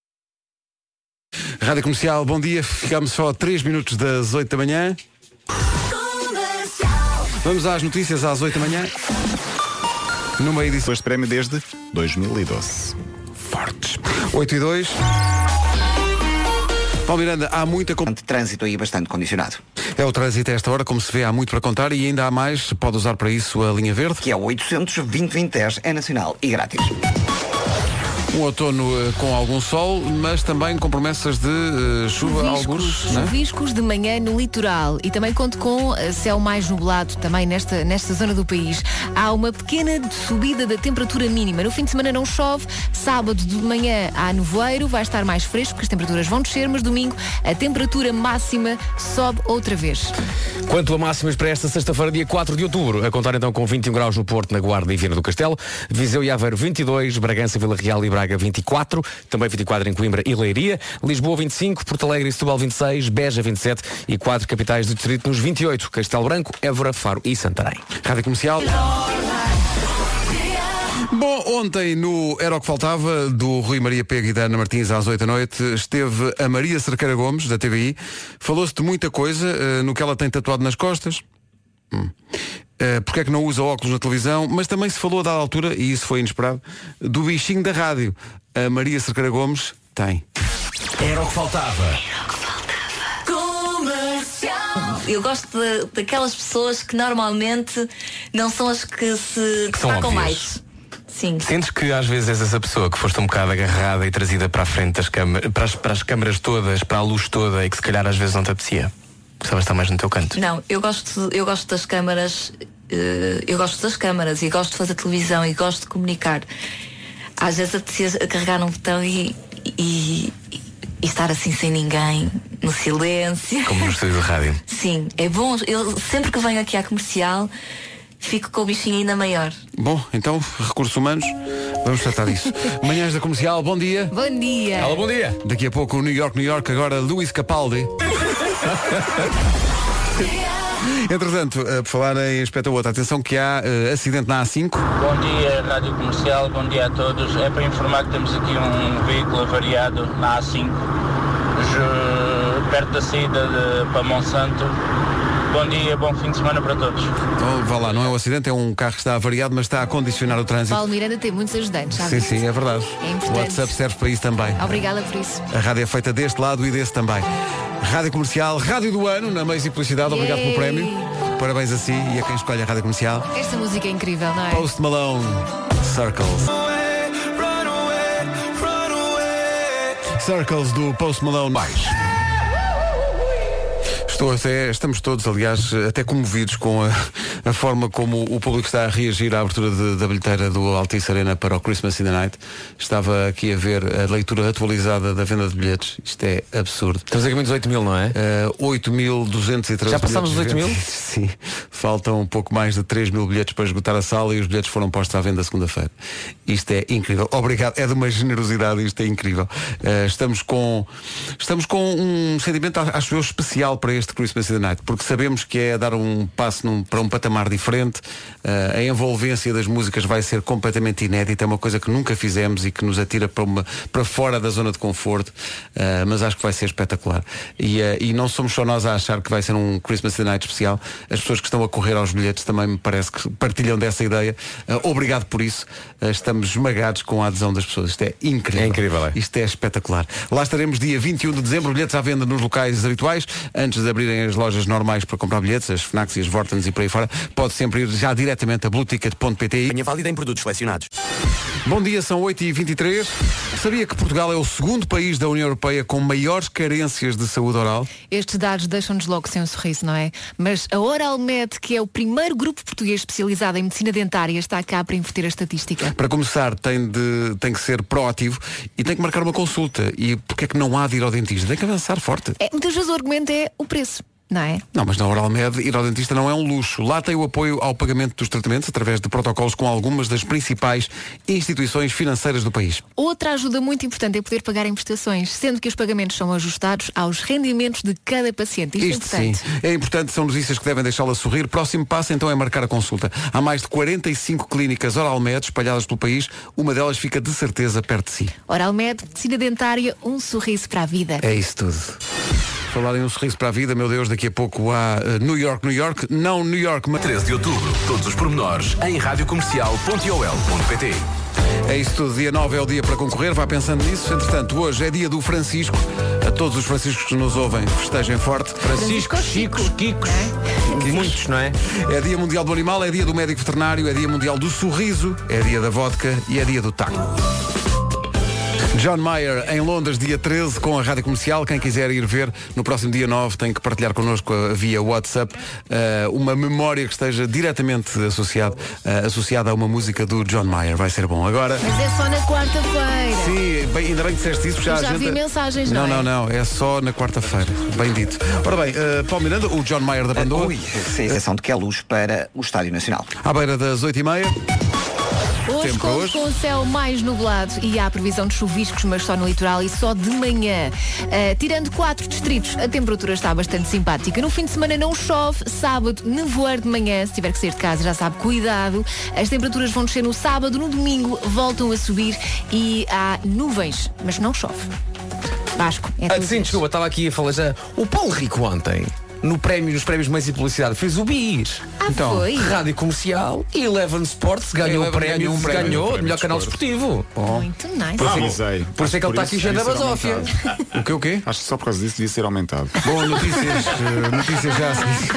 Rádio Comercial, bom dia. Ficamos só a três minutos das oito da manhã. Vamos às notícias às oito da manhã. Numa edição. Este prémio desde dois mil e doze. Fortes. oito e dois. Paulo Miranda, há muita... De trânsito aí bastante condicionado. É o trânsito a esta hora, como se vê, há muito para contar e ainda há mais. Pode usar para isso a linha verde. Que é o oitocentos, vinte, vinte, dez, é nacional e grátis. Um outono uh, com algum sol, mas também com promessas de uh, chuva, alguns. Chuviscos de manhã no litoral e também conto com uh, céu mais nublado também nesta, nesta zona do país. Há uma pequena subida da temperatura mínima. No fim de semana não chove, sábado de manhã há nevoeiro, vai estar mais fresco, porque as temperaturas vão descer, mas domingo a temperatura máxima sobe outra vez. Quanto a máximas para esta sexta-feira, dia quatro de outubro, a contar então com vinte e um graus no Porto, na Guarda e Viana do Castelo, Viseu e Aveiro vinte e dois, Bragança, Vila Real e Braga vinte e quatro, também vinte e quatro em Coimbra e Leiria, Lisboa vinte e cinco, Porto Alegre e Setúbal vinte e seis, Beja vinte e sete e quatro capitais do distrito nos vinte e oito, Castelo Branco, Évora, Faro e Santarém. Rádio Comercial. Bom, ontem no Era o que Faltava, do Rui Maria Pego e da Ana Martins às oito da noite, esteve a Maria Cerqueira Gomes, da T V I. Falou-se de muita coisa, uh, no que ela tem tatuado nas costas. Hum. Uh, porque é que não usa óculos na televisão, mas também se falou a dada altura, e isso foi inesperado, do bichinho da rádio. A Maria Cerqueira Gomes tem. Era o que faltava. Eu gosto de, daquelas pessoas que normalmente não são as que se que destacam mais. Sim. Sentes que às vezes és essa pessoa que foste um bocado agarrada e trazida para a frente das câmaras, para as, para as câmaras todas, para a luz toda, e que se calhar às vezes não te apetecia? Gostavas de estar mais no teu canto? Não, eu gosto, eu gosto das câmaras, eu gosto das câmaras e gosto de fazer televisão e gosto de comunicar. Às vezes apetecia carregar num botão e, e, e estar assim sem ninguém, no silêncio. Como no estúdio de rádio. Sim, é bom. Eu sempre que venho aqui à comercial fico com o bichinho ainda maior. Bom, então, recursos humanos, vamos tratar disso. Manhãs da Comercial, bom dia. Bom dia. Olá, bom dia. Daqui a pouco o New York, New York, agora Luís Capaldi. Entretanto, uh, por falar em aspecto outra, atenção que há uh, acidente na A cinco. Bom dia, Rádio Comercial, bom dia a todos. É para informar que temos aqui um veículo avariado na A cinco, perto da saída de, para Monsanto. Bom dia, bom fim de semana para todos. Então, vá lá, não é um acidente, é um carro que está avariado, mas está a condicionar o trânsito. Paulo Miranda tem muitos ajudantes, já Sim, viste? sim, é verdade. É O importante. WhatsApp serve para isso também. Obrigada por isso. A rádio é feita deste lado e desse também. Rádio Comercial, Rádio do Ano, na Meios e Publicidade, obrigado Yay. pelo prémio. Parabéns a si e a quem escolhe a Rádio Comercial. Esta música é incrível, não é? Post Malone, Circles. Circles do Post Malone. Mais. Estou até, estamos todos, aliás, até comovidos com a, a forma como o público está a reagir à abertura de, da bilheteira do Altice Arena para o Christmas in the Night. Estava aqui a ver a leitura atualizada da venda de bilhetes. Isto é absurdo. Estamos aqui com dezoito mil, não é? Uh, oito mil duzentos e treze Já passámos os oito mil? Sim. Faltam um pouco mais de três mil bilhetes para esgotar a sala e os bilhetes foram postos à venda segunda-feira. Isto é incrível. Obrigado. É de uma generosidade. Isto é incrível. Uh, estamos com estamos com um sentimento, acho eu, especial para este Christmas in the Night, porque sabemos que é dar um passo num, para um patamar diferente. Uh, a envolvência das músicas vai ser completamente inédita, é uma coisa que nunca fizemos e que nos atira para, uma, para fora da zona de conforto, uh, mas acho que vai ser espetacular. E, uh, e não somos só nós a achar que vai ser um Christmas in the Night especial, as pessoas que estão a correr aos bilhetes também me parece que partilham dessa ideia. Uh, obrigado por isso. Uh, estamos esmagados com a adesão das pessoas. Isto é incrível. É incrível, é. Isto é espetacular. Lá estaremos dia vinte e um de dezembro, bilhetes à venda nos locais habituais, antes de abrirem as lojas normais para comprar bilhetes, as Fnacs e as Vortens e por aí fora. Pode sempre ir já diretamente a blue ticket ponto pt. Venha válida em produtos selecionados. Bom dia, são oito e vinte e três. Sabia que Portugal é o segundo país da União Europeia com maiores carências de saúde oral? Estes dados deixam-nos logo sem um sorriso, não é? Mas a Oralmed, que é o primeiro grupo português especializado em medicina dentária, está cá para inverter a estatística. Para começar, tem, de, tem que ser proativo e tem que marcar uma consulta. E porque é que não há de ir ao dentista? Tem que avançar forte. É, muitas vezes o argumento é o preço. Não é? Não, mas na Oralmed ir ao dentista não é um luxo. Lá tem o apoio ao pagamento dos tratamentos através de protocolos com algumas das principais instituições financeiras do país. Outra ajuda muito importante é poder pagar em prestações, sendo que os pagamentos são ajustados aos rendimentos de cada paciente. Isto, Isto é importante. sim, é importante, são notícias que devem deixá-la sorrir. Próximo passo então é marcar a consulta. Há mais de quarenta e cinco clínicas Oralmed espalhadas pelo país. Uma delas fica de certeza perto de si. Oralmed, medicina dentária, um sorriso para a vida. É isso tudo. Falar em um sorriso para a vida, meu Deus, daqui a pouco há uh, New York, New York, não New York, mas... treze de outubro, todos os pormenores em rádio comercial ponto i o l ponto p t. É isso tudo, dia nove é o dia para concorrer, vá pensando nisso. Entretanto, hoje é dia do Francisco. A todos os Franciscos que nos ouvem, festejem forte. Francisco, Chicos, Quicos, é? Muitos, não é? É dia mundial do animal, é dia do médico veterinário, é dia mundial do sorriso, é dia da vodka e é dia do taco. John Mayer em Londres, dia treze, com a Rádio Comercial. Quem quiser ir ver, no próximo dia nove tem que partilhar connosco uh, via WhatsApp uh, uma memória que esteja diretamente associado, uh, associada a uma música do John Mayer. Vai ser bom. Agora... Mas é só na quarta-feira. Sim, bem, ainda bem que disseste isso. Já, já a gente... vi mensagens, não, não é? Não, não, é só na quarta-feira. Bem dito. Ora bem, uh, Paulo Miranda, o John Mayer da Bandoa. Ui, sem exceção de que é luz para o Estádio Nacional. À beira das oito e meia. Hoje, Tempo com, hoje. com o céu mais nublado e há previsão de chuviscos, mas só no litoral e só de manhã. Uh, tirando quatro distritos, a temperatura está bastante simpática. No fim de semana não chove, sábado nevoeiro de manhã, se tiver que sair de casa já sabe, cuidado. As temperaturas vão descer no sábado, no domingo voltam a subir e há nuvens, mas não chove. Vasco, é Ah, tudo sim, isso. desculpa, estava aqui a falar já. O Paulo Rico ontem, no prémio, nos prémios de Meios e Publicidade, fez o B I R. Ah, Então, foi? Rádio Comercial e Eleven Sports ganhou o Eleven prémio, ganhou um prémio. ganhou Prémio melhor de canal desporto. desportivo. Muito nice. Por isso é que- Avisei. por isso é que ele está aqui cheio da devia ser basófia. aumentado. O quê, o quê? Acho que só por causa disso devia ser aumentado. Bom, notícias, uh, notícias já a seguir.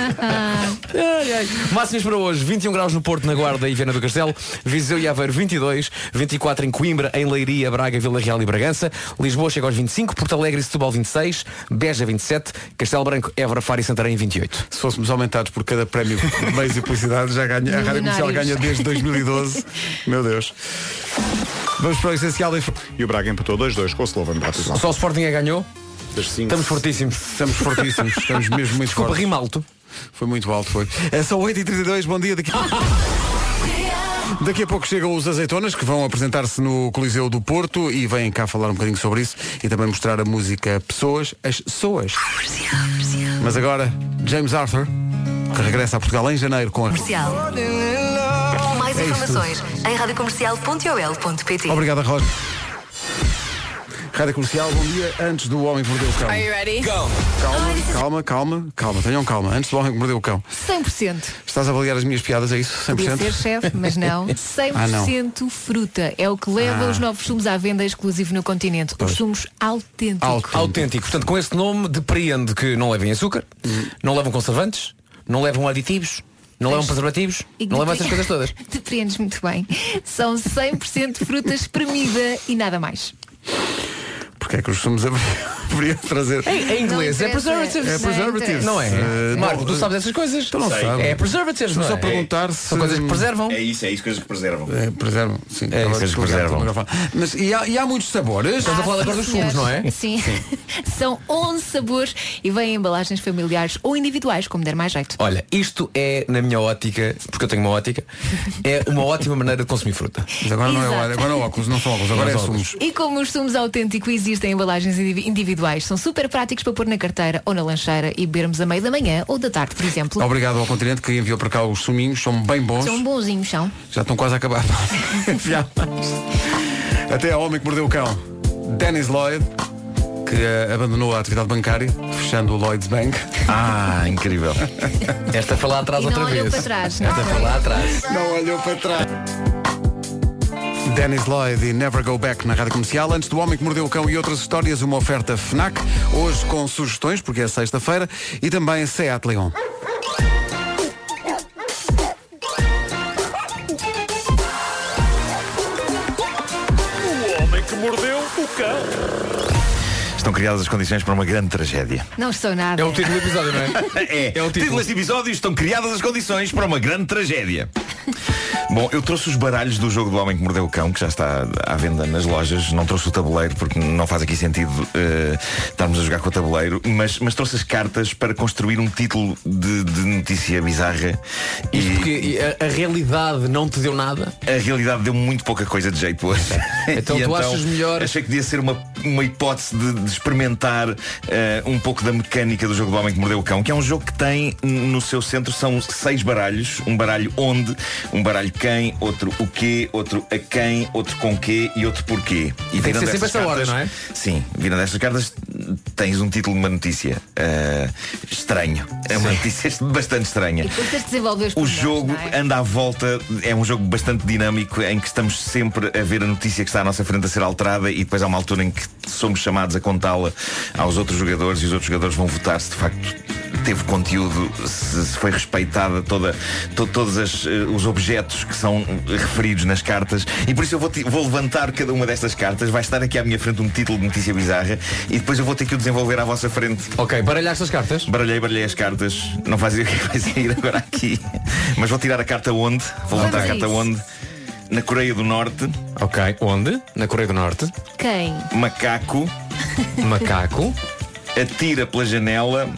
Ai, ai. Máximos para hoje, vinte e um graus no Porto, na Guarda e Viana do Castelo, Viseu e Aveiro vinte e dois, vinte e quatro em Coimbra, em Leiria, Braga, Vila Real e Bragança, Lisboa chega aos vinte e cinco, Porto Alegre e Setúbal vinte e seis, Beja vinte e sete, Castelo Branco, Évora, Faro e Santarém vinte e oito. Se fôssemos aumentados por cada prémio de meios e publicidade, já ganha, a Rádio Comercial ganha desde dois mil e doze. Meu Deus. Vamos para o essencial da informação. E o Braga empatou dois a dois com o Slovan Bratislava. Só o Sporting é ganhou? Das cinco. Estamos fortíssimos. Estamos fortíssimos, estamos mesmo muito Desculpa, fortes. rima alto. Foi muito alto, foi. É só oito e trinta e dois, bom dia. Daqui... Daqui a pouco chegam os Azeitonas, que vão apresentar-se no Coliseu do Porto e vêm cá falar um bocadinho sobre isso e também mostrar a música Pessoas, as Pessoas. Mas agora, James Arthur, que regressa a Portugal em janeiro com a... Comercial. Mais É isso informações em rádio comercial ponto i o l ponto p t. Obrigado, Roger. Rádio Comercial, bom dia. Antes do Homem que Mordeu o Cão. Are you ready? Go. Calma, calma, calma, calma, tenham calma. Antes do Homem que Mordeu o Cão. cem por cento. Estás a avaliar as minhas piadas, é isso? cem por cento? Podia ser chefe, mas não. cem por cento ah, fruta. É o que leva ah. os novos sumos à venda exclusivo no continente. Os sumos autênticos. Autêntico. Autêntico. Portanto, com esse nome depreende que não levem açúcar, hum. não levam conservantes, não levam aditivos, não levam preservativos, e não levam essas coisas todas. Depreendes muito bem. São cem por cento fruta espremida e nada mais. Porque é que os sumos deveriam trazer? Em, em inglês é preservatives. É preservatives. Não é? Uh, Marco, tu sabes essas coisas? Tu não sabes. É preservatives. Não é? só perguntar é. se... São coisas que preservam. É isso, é isso, coisas que preservam. É, preservam, sim. É isso, coisas que preservam. Mas e há, e há muitos sabores? Estamos ah, a falar agora dos fumos, não é? Sim. sim. São onze sabores e vêm em embalagens familiares ou individuais, como der mais jeito. Olha, isto é, na minha ótica, porque eu tenho uma ótica, é uma ótima maneira de consumir fruta. Mas agora não é, agora é óculos, não são óculos, agora é sumos. E como os sumos autênticos existem em embalagens individuais, são super práticos para pôr na carteira ou na lancheira e bebermos a meio da manhã ou da tarde, por exemplo. Obrigado ao Continente que enviou para cá os suminhos, são bem bons. São bonzinhos, são. Já estão quase a acabar. Até ao Homem que Mordeu o Cão. Dennis Lloyd, que uh, abandonou a atividade bancária, fechando o Lloyds Bank. Ah, incrível. Esta foi lá atrás e outra não vez. Olhou para trás, não Esta foi lá atrás. Não olhou para trás. Dennis Lloyd e Never Go Back na Rádio Comercial. Antes do Homem que Mordeu o Cão e outras histórias, uma oferta FNAC, hoje com sugestões, porque é sexta-feira, e também Seat Leon. O Homem que Mordeu o Cão. Estão criadas as condições para uma grande tragédia. Não estou nada. É o título do episódio, não é? É, é o título deste episódio. Estão criadas as condições para uma grande tragédia. Bom, eu trouxe os baralhos do jogo do Homem que Mordeu o Cão, que já está à venda nas lojas. Não trouxe o tabuleiro, porque não faz aqui sentido uh, estarmos a jogar com o tabuleiro. Mas, mas trouxe as cartas para construir um título de, de notícia bizarra. Isto e, porque a, a realidade não te deu nada? A realidade deu muito pouca coisa de jeito hoje. Então tu então, achas melhor... Achei que devia ser uma, uma hipótese de, de experimentar uh, um pouco da mecânica do jogo do Homem que Mordeu o Cão, que é um jogo que tem no seu centro, são seis baralhos. Um baralho onde, um baralho quem, outro o quê, outro a quem, outro com quê e outro porquê. E tem que ser sempre essa ordem, não é? Sim, virando estas cartas tens um título de uma notícia uh, estranho. É uma Sim. notícia bastante estranha. E depois desenvolver os o jogo é? anda à volta, é um jogo bastante dinâmico em que estamos sempre a ver a notícia que está à nossa frente a ser alterada e depois há uma altura em que somos chamados a contá-la aos outros jogadores e os outros jogadores vão votar se de facto teve conteúdo, se, se foi respeitada toda, to, todos as, uh, os objetos que são referidos nas cartas. E por isso eu vou, vou levantar cada uma destas cartas. Vai estar aqui à minha frente um título de notícia bizarra e depois eu vou ter que o desenvolver à vossa frente. Ok, baralhaste as cartas? Baralhei, baralhei as cartas. Não faz ideia o que vai sair agora aqui. Mas vou tirar a carta onde? Vou levantar a carta onde? Na Coreia do Norte. Ok, onde? Na Coreia do Norte. Quem? Macaco. Macaco. Atira pela janela.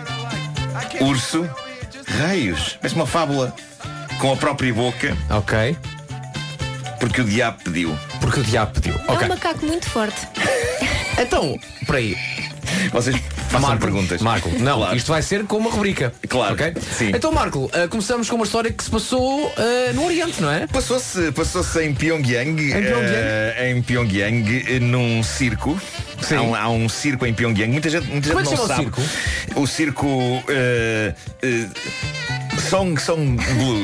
Urso. Raios. Parece uma fábula. Com a própria boca. Ok. Porque o diabo pediu. Porque o diabo pediu. É okay. um macaco muito forte. Então, por aí. Vocês façam Marco, perguntas. Marco, não, claro. Isto vai ser com uma rubrica. Claro, okay? Sim. Então, Marco, uh, começamos com uma história que se passou uh, no Oriente, não é? Passou-se passou-se em Pyongyang. Em Pyongyang? Uh, em Pyongyang, num circo. Sim. Há um, há um circo em Pyongyang. Muita gente, muita Como gente é que não chama sabe. o circo? O circo. Uh, uh, Song Song Blue.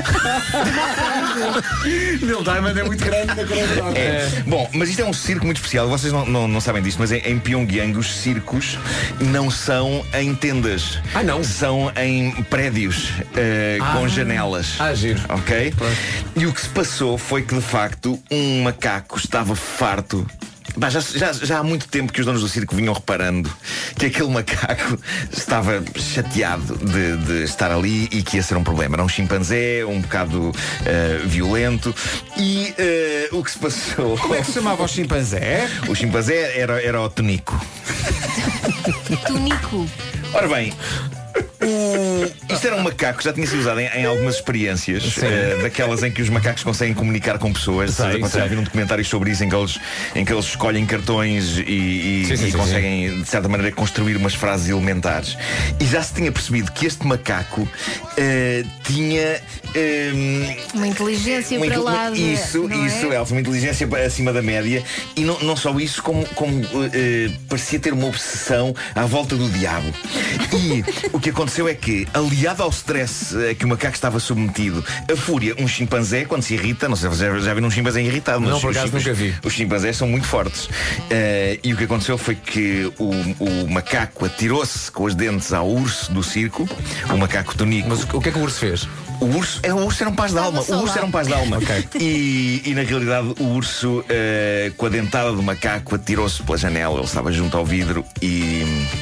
Neil Diamond é muito grande na Coreia do Norte. É. Bom, mas isto é um circo muito especial. Vocês não, não, não sabem disto, mas em, em Pyongyang os circos não são em tendas. Ah, não? São em prédios uh, ah, com janelas. Ah, giro. Ok? E o que se passou foi que de facto um macaco estava farto. Bah, já, já, já há muito tempo que os donos do circo vinham reparando que aquele macaco estava chateado de, de estar ali e que ia ser um problema. Era um chimpanzé, um bocado uh, violento. E uh, o que se passou... Como é que se chamava o chimpanzé? O chimpanzé era, era o Tunico. Tunico. Ora bem, O... Isto era um macaco que já tinha sido usado em, em algumas experiências, uh, daquelas em que os macacos conseguem comunicar com pessoas. Sei, Quando já viram um documentário sobre isso, em que eles, em que eles escolhem cartões e, e, sim, sim, e sim, conseguem, sim. de certa maneira, construir umas frases elementares. E já se tinha percebido que este macaco uh, tinha uh, uma inteligência uma, para lá de, Isso, isso, é? Elsa, uma inteligência acima da média. E não, não só isso, como, como uh, parecia ter uma obsessão à volta do diabo. E o que aconteceu é que, aliado ao stress a que o macaco estava submetido, a fúria, um chimpanzé, quando se irrita, não sei se já, já viram um chimpanzé irritado, mas não, por acaso, os, nunca vi. Os chimpanzés são muito fortes. Uh, e o que aconteceu foi que o, o macaco atirou-se com os dentes ao urso do circo, o macaco tonico. Mas o que é que o urso fez? O urso, é, o urso era um paz de alma. O urso era um paz de alma. Okay. E, e na realidade o urso, uh, com a dentada do macaco, atirou-se pela janela. Ele estava junto ao vidro e.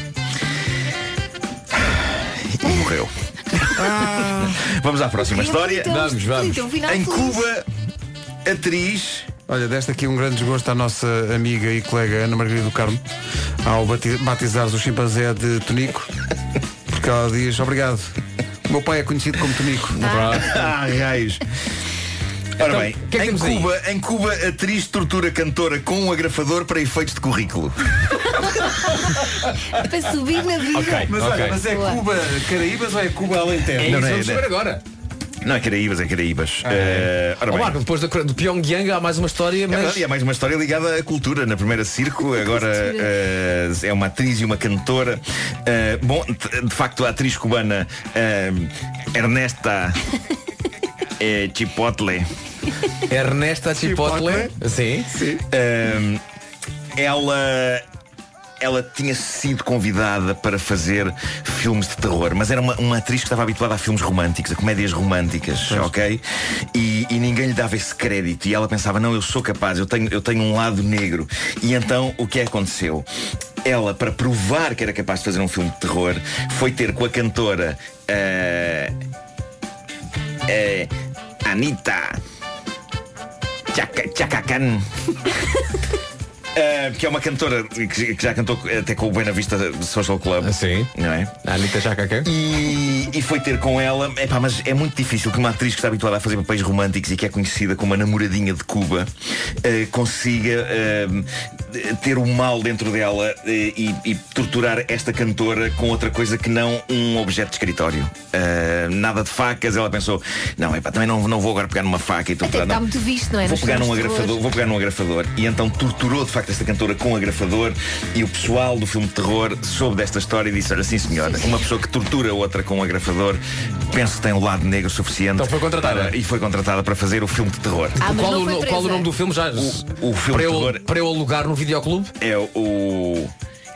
e morreu. Ah. Vamos à próxima história. Vamos, vamos. Em Cuba, atriz. Olha, desta aqui um grande desgosto à nossa amiga e colega Ana Margarida do Carmo, ao batizar o chimpanzé de Tonico, porque ela diz: obrigado. O meu pai é conhecido como Tonico. Ah, raios. Ora então, bem, que é que em, Cuba, em Cuba, atriz tortura cantora com um agrafador para efeitos de currículo. Para subir na vida. Okay, mas, okay. Olha, mas é Boa. Cuba Caraíbas ou é Cuba Alentejo? É isso, não, não, vamos não, saber agora. Não é Caraíbas, é Caraíbas. Ah, é. Uh, ora oh, bem. Marco, depois do, do Pyongyang há mais uma história, mas... É verdade, e há mais uma história ligada à cultura. Na primeira circo, agora uh, é uma atriz e uma cantora. Uh, bom, de facto, a atriz cubana uh, Ernesta eh, Chipotle. Ernesta Chipotle? Sim. Sim. Uh, ela... Ela tinha sido convidada para fazer filmes de terror, mas era uma, uma atriz que estava habituada a filmes românticos, a comédias românticas, pois. Ok? E, e ninguém lhe dava esse crédito. E ela pensava, não, eu sou capaz, eu tenho, eu tenho um lado negro. E então, o que aconteceu? Ela, para provar que era capaz de fazer um filme de terror, foi ter com a cantora uh, uh, Anita Chacacan. Uh, que é uma cantora que, que já cantou até com o Buena Vista Social Club. Sim. Não é? A Anitta Chacacan. E, e foi ter com ela. Epá, mas é muito difícil que uma atriz que está habituada a fazer papéis românticos e que é conhecida como a namoradinha de Cuba uh, consiga uh, ter o mal dentro dela uh, e, e torturar esta cantora com outra coisa que não um objeto de escritório. Uh, nada de facas. Ela pensou, não, epá, também não, não vou agora pegar numa faca e torturar. Até está muito visto, não é? Vou pegar, num agrafador, vou pegar num agrafador. E então torturou de facto esta cantora com um agrafador, e o pessoal do filme de terror soube desta história e disse, olha, sim senhora, uma pessoa que tortura outra com um agrafador, penso que tem o lado negro suficiente. Então foi contratada. Para, e foi contratada para fazer o filme de terror. Ah, qual, o, qual o nome do filme já? O, o filme para, de eu, terror para eu alugar no videoclube? é o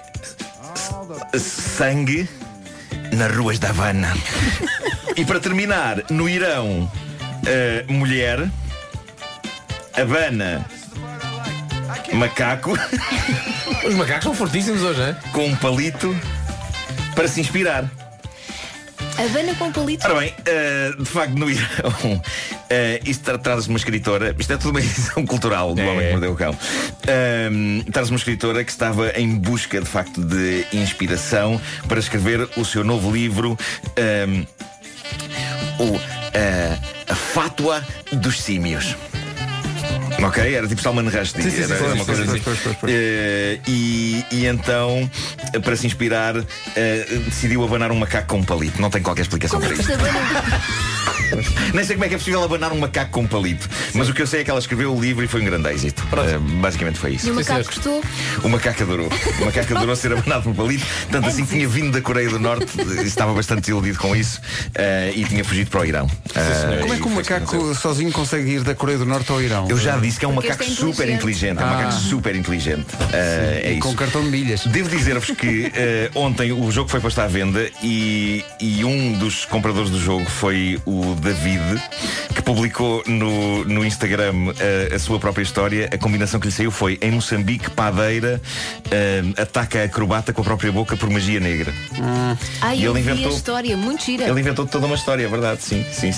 Sangue nas Ruas da Havana. E para terminar, no Irão, uh, mulher, Havana, macaco. Os macacos são fortíssimos hoje, é? Com um palito para se inspirar. Havana com palito. Ora bem, uh, de facto no Irão, uh, isto traz uma escritora. Isto é tudo uma edição cultural do é. Homem que Mordeu o Cão. uh, Traz uma escritora que estava em busca de facto de inspiração para escrever o seu novo livro, uh, o uh, A Fátua dos Símios. Ok? Era tipo Salman Rushdie. Sim, sim, sim, era sim, uma coisa sim, assim. pois, pois, pois. Uh, e, e então, para se inspirar, uh, decidiu abanar um macaco com um palito. Não tem qualquer explicação Como para isso. Nem sei como é que é possível abanar um macaco com um palito. Mas o que eu sei é que ela escreveu o livro e foi um grande êxito. Uh, basicamente foi isso. E o macaco gostou? O macaco adorou. O macaco adorou ser abanado por um palito. Tanto assim que tinha vindo da Coreia do Norte, estava bastante desiludido com isso, uh, e tinha fugido para o Irão. Uh, Como é que um macaco sozinho consegue ir da Coreia do Norte ao Irão? Eu já disse que é um Porque macaco este é super inteligente. É um Ah. macaco super inteligente. Uh, é isso. Com cartão de milhas. Devo dizer-vos que uh, ontem o jogo foi posto à venda e, e um dos compradores do jogo foi o David, que publicou no, no Instagram uh, a sua própria história. A combinação que lhe saiu foi: em Moçambique, padeira uh, ataca a acrobata com a própria boca por magia negra. Hum. Ai, E eu ele vi inventou- a história, muito gira. Ele inventou toda uma história, é verdade, sim, sim, sim.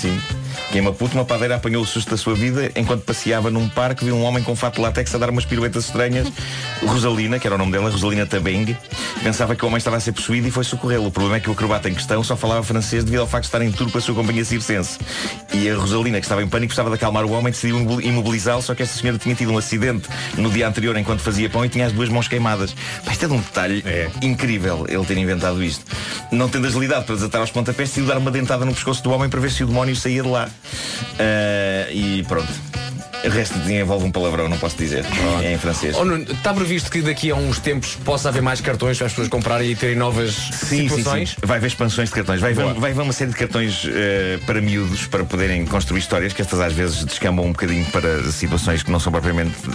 que em Maputo uma padeira apanhou o susto da sua vida enquanto passeava num parque, viu um homem com fato de látex a dar umas piruetas estranhas. Rosalina, que era o nome dela, Rosalina Tabeng, pensava que o homem estava a ser possuído e foi socorrê-lo. O problema é que o acrobata em questão só falava francês devido ao facto de estar em tour com a sua companhia circense. E a Rosalina, que estava em pânico, precisava de acalmar o homem, decidiu imobilizá-lo, só que esta senhora tinha tido um acidente no dia anterior enquanto fazia pão e tinha as duas mãos queimadas. Pá, isto é de um detalhe é. incrível ele ter inventado isto. Não tendo agilidade para desatar aos pontapés, decidiu dar uma dentada no pescoço do homem para ver se o demónio saía de lá. Uh, e pronto. O resto envolve um palavrão, não posso dizer. É em francês. Oh, Nuno, está previsto que daqui a uns tempos possa haver mais cartões para as pessoas comprarem e terem novas sim, situações? Sim, sim. Vai haver expansões de cartões. Vai haver, vai haver uma série de cartões uh, para miúdos, para poderem construir histórias, que estas às vezes descambam um bocadinho para situações que não são propriamente uh,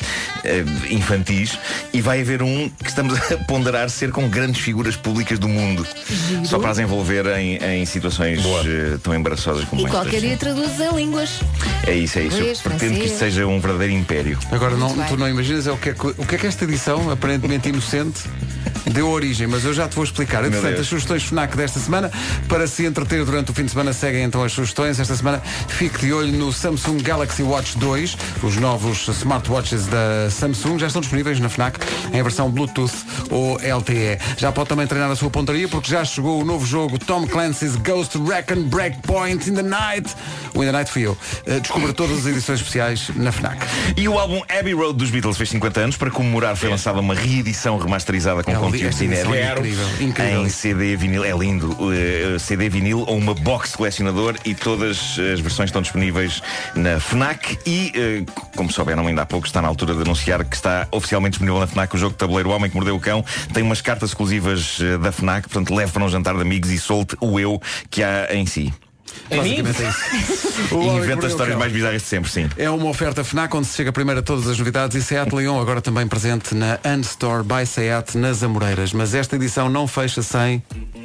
uh, infantis. E vai haver um que estamos a ponderar ser com grandes figuras públicas do mundo. Giro. Só para as envolver em, em situações uh, tão embaraçosas como e estas. E qualquer dia traduzes em línguas. É isso, é isso. Inglês, Eu pretendo que isto seja um verdadeiro império. Agora, não, tu não imaginas é o, que é, o que é que esta edição, aparentemente inocente, deu origem, mas eu já te vou explicar. E, portanto, as sugestões FNAC desta semana, para se entreter durante o fim de semana, seguem então as sugestões. Esta semana fique de olho no Samsung Galaxy Watch dois. Os novos smartwatches da Samsung já estão disponíveis na FNAC em versão Bluetooth ou L T E. Já pode também treinar a sua pontaria, porque já chegou o novo jogo Tom Clancy's Ghost Recon Breakpoint in the Night. O In the Night fui eu. Descubra todas as edições especiais na FNAC. E o álbum Abbey Road dos Beatles fez cinquenta anos. Para comemorar foi lançada uma reedição remasterizada com é conteúdos inéditos em C D vinil. É lindo. Uh, C D vinil ou uma box de colecionador, e todas as versões estão disponíveis na FNAC. E, uh, como souberam ainda há pouco, está na altura de anunciar que está oficialmente disponível na FNAC o jogo de tabuleiro O Homem que Mordeu o Cão. Tem umas cartas exclusivas uh, da FNAC, portanto leve para um jantar de amigos e solte o eu que há em si. Basicamente é isso. E inventa as histórias mais bizarras de sempre, sim. É uma oferta FNAC onde se chega primeiro a todas as novidades, e Seat Leon agora também presente na Unstore by Seat nas Amoreiras. Mas esta edição não fecha sem...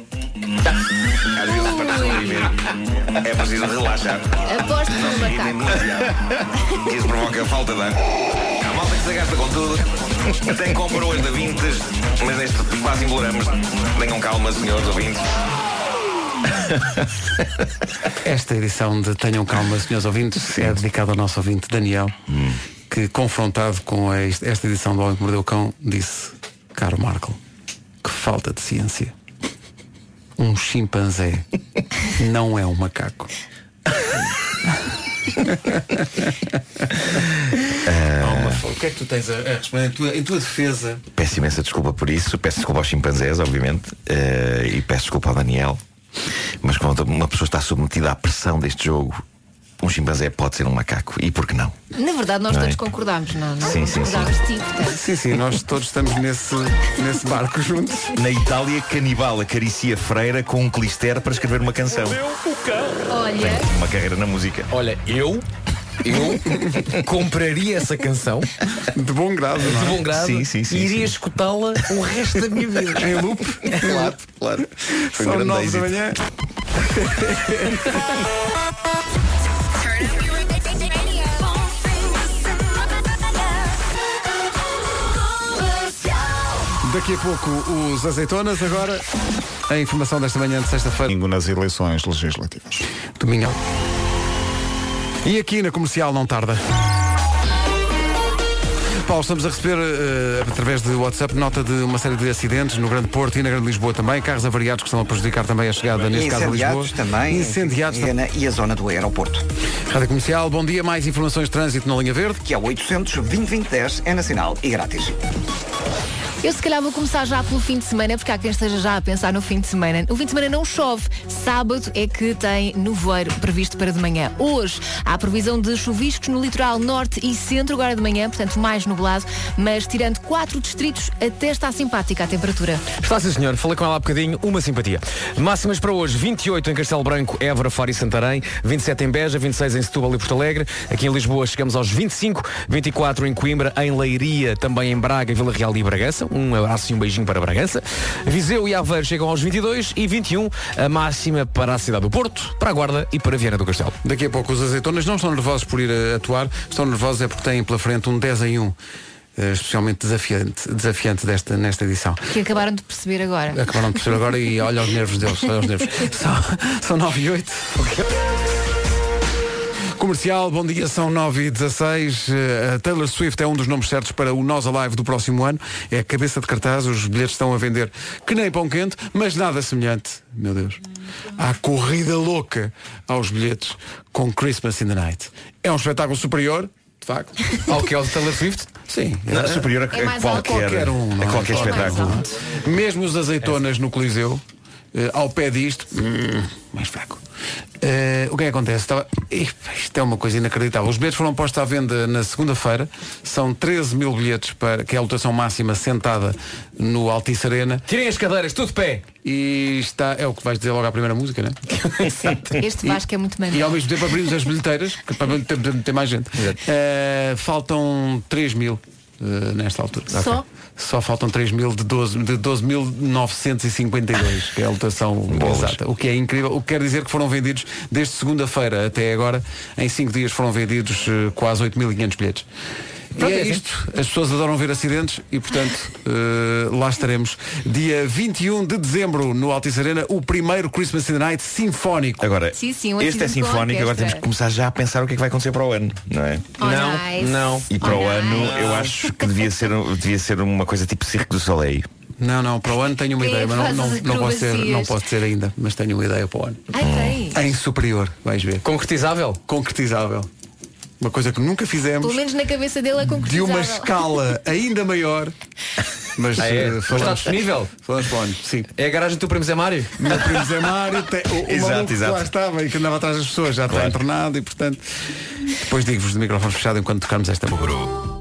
Às vezes para é preciso relaxar. Aposto no macaco. Isso provoca falta de ar. A malta que se gasta com tudo. Tem compra hoje da Vintes, mas neste quase imploramos. Tenham calma, senhores ouvintes. Esta edição de Tenham Calma, senhores ouvintes, sim, é dedicada ao nosso ouvinte Daniel, hum. que, confrontado com esta edição do Homem que Mordeu o Cão, disse: caro Marco, que falta de ciência. Um chimpanzé não é um macaco. Uh, o que é que tu tens a, a responder em tua, em tua defesa? Peço imensa desculpa por isso. Peço desculpa aos chimpanzés, obviamente, uh, e peço desculpa ao Daniel. Mas quando uma pessoa está submetida à pressão deste jogo, um chimpanzé pode ser um macaco. E por que não? Na verdade nós não todos é? concordamos, não, não sim, sim, concordamos sim. Sim, portanto. sim, sim, nós todos estamos nesse, nesse barco juntos. Na Itália, canibal acaricia freira com um clister para escrever uma canção. Olha. Tem uma carreira na música. Olha, eu Eu compraria essa canção de bom grado, não é? De bom grado, sim, sim, sim, e iria sim. escutá-la o resto da minha vida. Em loop. Claro, claro. Foi São um grande nove êxito. da manhã. Daqui a pouco os azeitonas. Agora a informação desta manhã de sexta-feira. Domingo nas eleições legislativas. Domingão. E aqui na Comercial não tarda. Paulo, estamos a receber, uh, através de WhatsApp, nota de uma série de acidentes no Grande Porto e na Grande Lisboa também. Carros avariados que estão a prejudicar também a chegada, neste caso, a Lisboa. Também. Incendiados e, também. E a zona do aeroporto. Rádio Comercial, bom dia. Mais informações de trânsito na linha verde. Que é o oitocentos, vinte, vinte, dez, é nacional e grátis. Eu se calhar vou começar já pelo fim de semana, porque há quem esteja já a pensar no fim de semana. O fim de semana não chove. Sábado é que tem nevoeiro previsto para de manhã. Hoje há previsão de chuviscos no litoral norte e centro, agora de manhã, portanto mais nublado, mas tirando quatro distritos, até está simpática a temperatura. Está sim, senhor. Falei com ela há bocadinho, uma simpatia. Máximas para hoje, vinte e oito em Castelo Branco, Évora, Faro e Santarém, vinte e sete em Beja, vinte e seis em Setúbal e Porto Alegre. Aqui em Lisboa chegamos aos vinte e cinco, vinte e quatro em Coimbra, em Leiria, também em Braga, Vila Real e Bragança. Um abraço e um beijinho para Bragança. Viseu e Aveiro chegam aos vinte e dois e vinte e um a máxima para a cidade do Porto, para a Guarda e para Viana do Castelo. Daqui a pouco os azeitonas não estão nervosos por ir a atuar, estão nervosos é porque têm pela frente um dez em um. Uh, especialmente desafiante, desafiante desta, nesta edição. Que acabaram de perceber agora. Acabaram de perceber agora e olha os nervos deles. Olha os nervos. São, são nove e oito. Comercial, bom dia, são nove e dezasseis. A Taylor Swift é um dos nomes certos para o Nós Alive do próximo ano. É a cabeça de cartaz, os bilhetes estão a vender que nem pão quente, mas nada semelhante, meu Deus, à corrida louca aos bilhetes com Christmas in the Night. É um espetáculo superior, de facto, ao que é o de Taylor Swift? Sim, não, é superior a, é a qualquer, qualquer um, a qualquer é espetáculo. Mesmo os azeitonas no Coliseu, Uh, ao pé disto, hum, mais fraco. Uh, o que é que acontece? Estava... Isto é uma coisa inacreditável. Os bilhetes foram postos à venda na segunda-feira. São treze mil bilhetes, para que é a lotação máxima sentada no Altice Arena. Tirem as cadeiras, tudo de pé. E está, é o que vais dizer logo à primeira música, não é? Este Vasco é muito maneiro. E ao mesmo tempo abrimos as bilheteiras, que para ter, ter mais gente. Uh, faltam três mil uh, nesta altura. Só? Okay. Só faltam três mil de doze mil novecentos e cinquenta e dois, que é a lotação exata. O que é incrível. O que quer dizer que foram vendidos, desde segunda-feira até agora, em cinco dias foram vendidos uh, quase oito mil e quinhentos bilhetes. Pronto, e é isto, as pessoas adoram ver acidentes e, portanto, uh, lá estaremos dia vinte e um de dezembro no Altice Arena, o primeiro Christmas in the Night sinfónico. Agora, sim, sim, um este é sinfónico, agora temos que começar já a pensar o que é que vai acontecer para o ano, não é? Oh, não, nice. não. E para oh, o ano nice. eu acho que devia ser, devia ser uma coisa tipo Cirque du Soleil. Não, não, para o ano tenho uma Quem ideia, mas não, não, não, posso ser, não posso ser ainda, mas tenho uma ideia para o ano. Ai, tem. Em superior, vais ver. Concretizável? Concretizável. Uma coisa que nunca fizemos. Pelo menos na cabeça dele é concretizável. De uma escala ainda maior. Mas ah, é? uh, falamos, está disponível? Falamos para o ano, sim. É a garagem do teu primo Zé Mário? O meu primo Zé Mário tem, o, o exato, exato. que lá estava e que andava atrás das pessoas já claro. Está internado e portanto depois digo-vos de microfone fechado enquanto tocarmos esta música.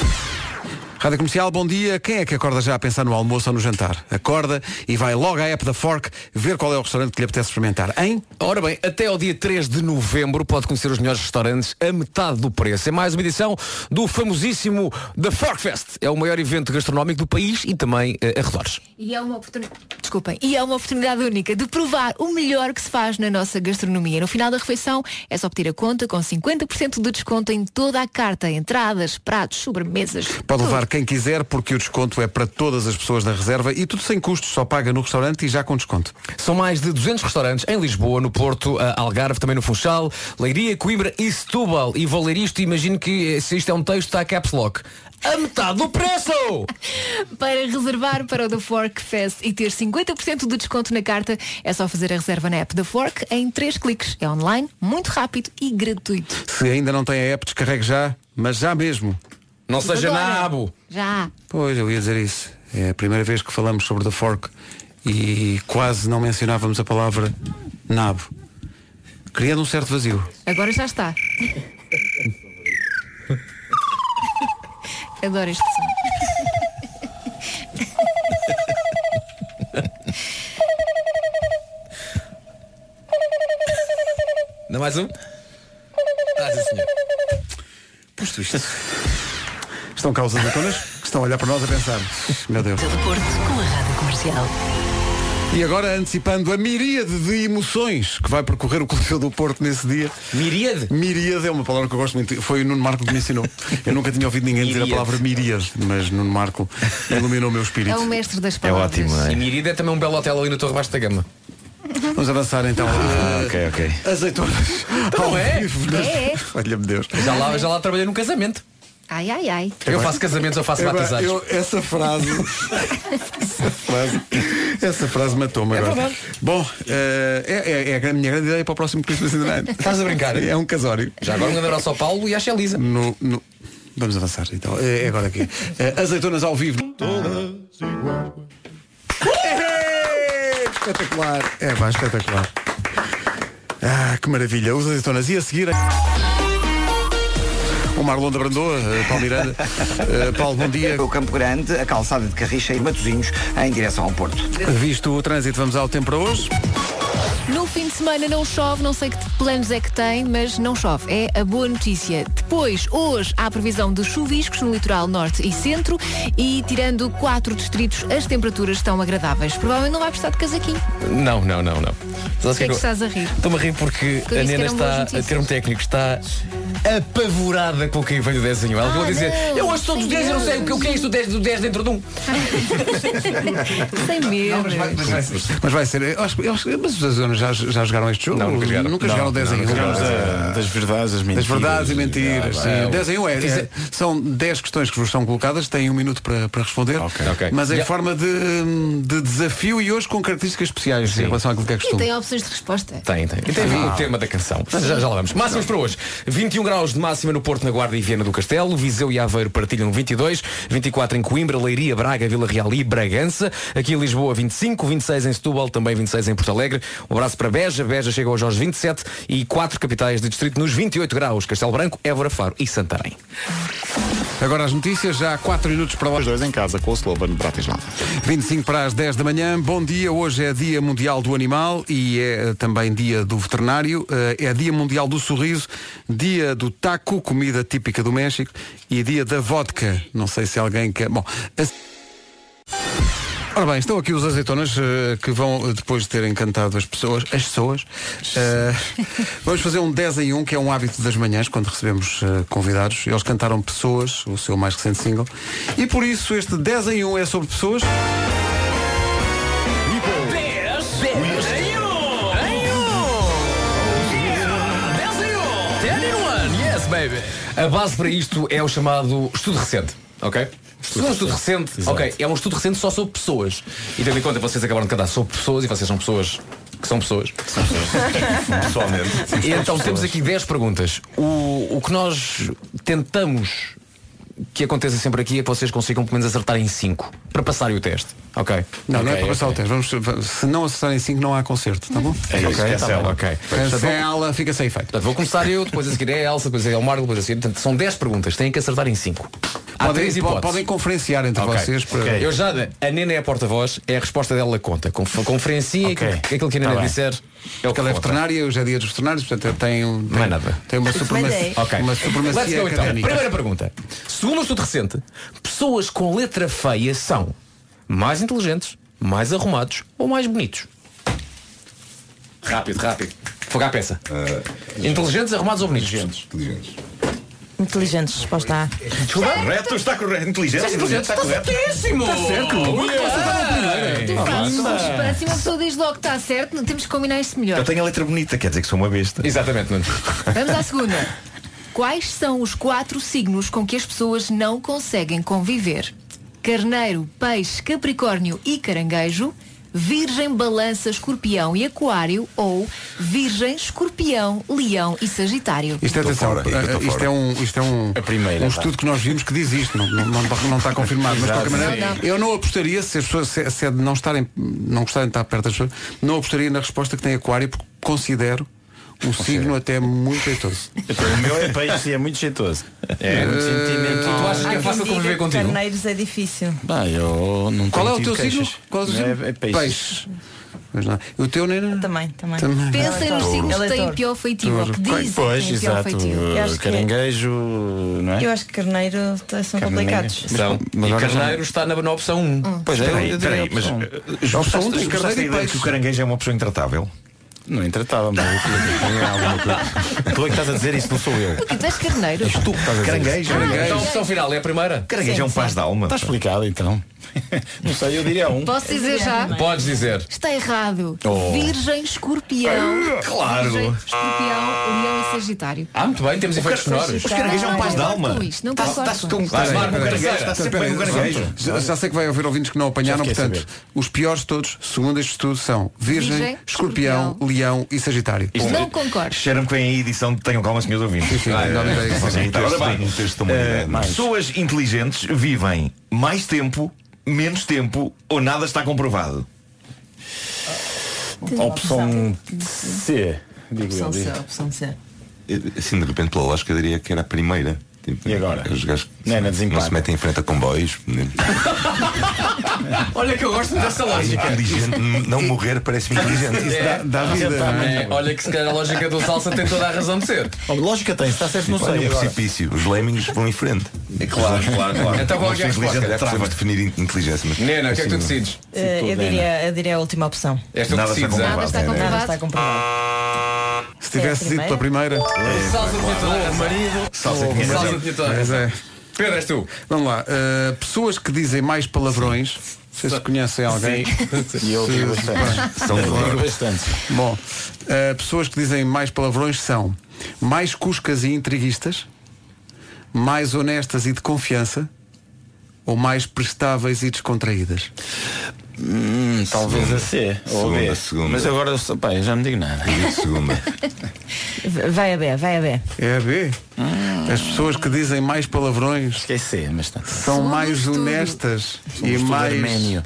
Rádio Comercial, bom dia. Quem é que acorda já a pensar no almoço ou no jantar? Acorda e vai logo à app da Fork ver qual é o restaurante que lhe apetece experimentar, hein? Ora bem, até ao dia três de novembro pode conhecer os melhores restaurantes a metade do preço. É mais uma edição do famosíssimo The Fork Fest. É o maior evento gastronómico do país e também uh, arredores. E é uma oportunidade, desculpem, e é uma oportunidade única de provar o melhor que se faz na nossa gastronomia. No final da refeição é só pedir a conta com cinquenta por cento de desconto em toda a carta, entradas, pratos, sobremesas. Pode levar quem quiser, porque o desconto é para todas as pessoas da reserva e tudo sem custos, só paga no restaurante e já com desconto. São mais de duzentos restaurantes em Lisboa, no Porto, Algarve, também no Funchal, Leiria, Coimbra e Setúbal. E vou ler isto e imagino que se isto é um texto está a caps lock. A metade do preço! Para reservar para o The Fork Fest e ter cinquenta por cento de desconto na carta, é só fazer a reserva na app da Fork em três cliques. É online, muito rápido e gratuito. Se ainda não tem a app, descarregue já, mas já mesmo. Não seja nabo. Já. Pois, eu ia dizer isso. É a primeira vez que falamos sobre The Fork e quase não mencionávamos a palavra nabo. Criando um certo vazio. Agora já está. Adoro este som. Dá mais um? Ah, sim, senhor. Posto isto. Estão cá os azeitonas que estão a olhar para nós a pensar. Meu Deus. Do Porto com a Rádio Comercial. E agora antecipando a miríade de emoções que vai percorrer o Coliseu do Porto nesse dia. Miríade? Miríade é uma palavra que eu gosto muito. Foi o Nuno Marco que me ensinou. Eu nunca tinha ouvido ninguém dizer a palavra miríade, mas Nuno Marco iluminou o meu espírito. É o mestre das palavras. É ótimo, não é? E miríade é também um belo hotel ali no Torre Baixo da Gama. Vamos avançar então. Ah, ok, ok. Azeitonas. Não é? É. Olha-me Deus. Já lá, já lá trabalhei num casamento. Ai, ai, ai. Eu faço casamentos, eu faço Eu- batizados. eu- essa frase essa frase essa frase matou-me É agora. verdade. Bom, eh, é, é- é a minha grande ideia para o próximo Christmas in the Night. Estás a brincar? É um casório. Já agora um grande abraço ao Paulo e à Xelisa. No, no- Vamos avançar então. É agora aqui. Eh, azeitonas ao vivo. É, espetacular. É, vai, espetacular. Ah, que maravilha. Os azeitonas. E a seguir. O Marlon da Brandoa, uh, Paulo Miranda. Uh, Paulo, bom dia. O Campo Grande, a calçada de Carricha e Matosinhos em direção ao Porto. Visto o trânsito, vamos ao tempo para hoje. No fim de semana não chove, não sei que planos é que tem, mas não chove. É a boa notícia. Depois, hoje, há a previsão de chuviscos no litoral norte e centro e, tirando quatro distritos, as temperaturas estão agradáveis. Provavelmente não vai precisar de casaquinho. Não, não, não, não. O que é que estás a rir? Estou-me a rir porque Porque eu a disse que Nena eram boas está, a notícias. termo técnico, está apavorada com quem veio do desenho. Ela Ah, vai dizer, não, eu hoje sou dos sem dez, eu não sei o que, o que é isto do dez, do dez dentro de um. Sem medo. Mas vai ser. Eu acho, eu acho, mas as zonas já, já jogaram este jogo? Não, nunca jogaram. Nunca jogaram dez em um. Das verdades, as mentiras. Das verdades e mentiras. Sim. dez em um é, é, são dez questões que vos são colocadas, têm um minuto para, para responder, okay. Okay. mas em yeah. forma de, de desafio e hoje com características especiais. Sim. Em relação àquilo que é costume. E tem opções de resposta. Tem, tem. E tem ah. o tema da canção. Já, já lá vamos. Máximas para hoje. vinte e um graus de máxima no Porto, na Guarda e Viana do Castelo. Viseu e Aveiro partilham vinte e dois. vinte e quatro em Coimbra, Leiria, Braga, Vila Real e Bragança. Aqui em Lisboa vinte e cinco, vinte e seis em Setúbal, também vinte e seis em Porto Alegre. Um abraço para Beja. Beja chega hoje aos vinte e sete e quatro capitais de distrito nos vinte e oito graus. Castelo Branco, Évora, Faro e Santarém. Agora as notícias, já há quatro minutos para lá. Os dois em casa com o Slovan Bratislava. vinte e cinco para as dez da manhã. Bom dia, hoje é Dia Mundial do Animal e é também Dia do Veterinário. É Dia Mundial do Sorriso, Dia do Taco, comida típica do México, e Dia da Vodka. Não sei se alguém quer... Bom... A... Ora bem, estão aqui os azeitonas uh, que vão, depois de terem cantado as pessoas, as pessoas, uh, vamos fazer um dez em um, que é um hábito das manhãs, quando recebemos uh, convidados. Eles cantaram Pessoas, o seu mais recente single, e por isso este dez em um é sobre pessoas. Baby. A base para isto é o chamado estudo recente, ok? Estudo, um estudo recente, Exato. ok, é um estudo recente só sobre pessoas. E tendo em conta que vocês acabaram de cantar sobre pessoas e vocês são pessoas que são pessoas. São pessoas. Pessoalmente. E então pessoas. Temos aqui dez perguntas. O, o que nós tentamos que aconteça sempre aqui é que vocês consigam pelo menos acertar em cinco para passarem o teste. Ok? Não, okay, não é para passar okay. o teste. Vamos, se não acertarem cinco não há concerto, tá bom? É isso, okay, cancela. Tá ok. Cancela, fica sem efeito. Portanto, vou começar eu, depois a seguir é a Elsa, depois é o Marco, depois a seguir. Portanto, são dez perguntas, têm que acertar em cinco. Há podem, três hipóteses. Podem conferenciar entre okay. vocês. Para... Okay. Eu já, a Nena é a porta-voz, é a resposta dela conta. Conferencia okay. que, aquilo que a Nena tá disser. É o que ela é veterinária, hoje é dia dos veterinários, portanto tem, um, tem, não é nada. tem uma supremacia, okay. uma supremacia go, académica. Então. Primeira pergunta. Segundo um estudo recente, pessoas com letra feia são mais inteligentes, mais arrumados ou mais bonitos? Rápido, rápido. Fogo à peça. Uh, inteligentes, arrumados ou bonitos? Inteligentes. Inteligentes, resposta A. Desculpa? Correto, está correto. Inteligente, inteligente, está correto. Certíssimo! Está certo. Se uma pessoa diz logo que está certo, temos que combinar isto melhor. Eu tenho a letra bonita, quer dizer que sou uma besta. Exatamente, Nuno. Vamos à segunda. Quais são os quatro signos com que as pessoas não conseguem conviver? Carneiro, Peixe, Capricórnio e Caranguejo, Virgem, Balança, Escorpião e Aquário, ou Virgem, Escorpião, Leão e Sagitário. Isto é, atenção, fora, isto é um, isto é um, a primeira, um estudo que nós vimos que diz isto, não, não, não, não está confirmado, mas de qualquer maneira, não, não. eu não apostaria, se as pessoas se, se é de não estarem, não gostarem de estar perto das pessoas, não apostaria na resposta que tem Aquário, porque considero um signo até muito jeitoso. O meu é peixe e é muito jeitoso. É muito sentimental. E tu achas que é fácil conviver contigo? Carneiros é difícil. Bah, eu não Qual é o teu queixas. signo? Qual é o teu signo? É, é peixe. Peixe. Mas não. O teu, Nena? Também, também. também. Pensem nos signos que têm pior feitio, ou que dizem pois, que têm pior exato. feitio. Caranguejo, não é? Eu acho que carneiro são complicados. São. E carneiro está na, na opção um. Hum. Pois é, peraí, peraí, mas a opção um tem carneiro e peixe. Que o caranguejo é uma pessoa intratável. Não é intratável, mas tu é que estás a dizer isso, não sou eu. Porque tu és carneiro. És tu que estás a dizer caranguejo, caranguejo. Então a opção final é a primeira? Caranguejo sim, é um paz de alma. Está explicado então. Não sei, eu diria um. Posso dizer já? Podes dizer. Está errado. Oh. Virgem, Escorpião. Claro. Virgem, Escorpião, Leão e Sagitário. Ah, muito bem, temos efeitos sonoros. Os caranguejos é um paz de alma. Não concordo com isto. Está sempre bem um caranguejo. Já sei que vai haver ouvintes que não apanharam, portanto, os piores de todos, segundo este estudo, são Virgem, Virgem Escorpião, Escorpião, Leão e Sagitário. Isto não concordo. Cheira-me que vem a edição de Tenham Calma, senhores ouvintes. Ora bem, pessoas inteligentes vivem mais tempo, menos tempo ou nada está comprovado. Opção C. Opção C, opção C. Assim, de repente, pela lógica, eu diria que era a primeira. Tipo, e agora? Os gajos não, não, não se metem em frente a comboios. Olha que eu gosto dessa lógica. Inteligente, não morrer parece-me inteligente. Isso É, dá, dá vida. é, olha que se calhar a lógica do Salsa tem toda a razão de ser. Oh, lógica tem, está certo, não Olha, sei. um precipício, os lemmings vão em frente. É claro, claro, claro. Então qual é a resposta? É precisamos definir inteligência. Mas... Nena, o que é que tu decides? Uh, eu, diria, eu diria a última opção. És tu que decides. Nada está comprovado. Nada está comprovado. Se tivesse dito pela primeira. Salsa tinha toda a razão. Salsa tinha toda a razão. Pedro, és tu. Vamos lá. Uh, pessoas que dizem mais palavrões Vocês se conhecem alguém? E eu digo bastante. São digo bastante. Bom, uh, pessoas que dizem mais palavrões são mais cuscas e intriguistas, mais honestas e de confiança, ou mais prestáveis e descontraídas? Hum, talvez a C ou segunda, B. segunda. Mas agora pá, já não digo nada. Segunda. Vai a B, vai a B. É a B. Hum. As pessoas que dizem mais palavrões Esqueci, mas está. são Somos mais tudo. honestas Somos e tudo mais. arménio.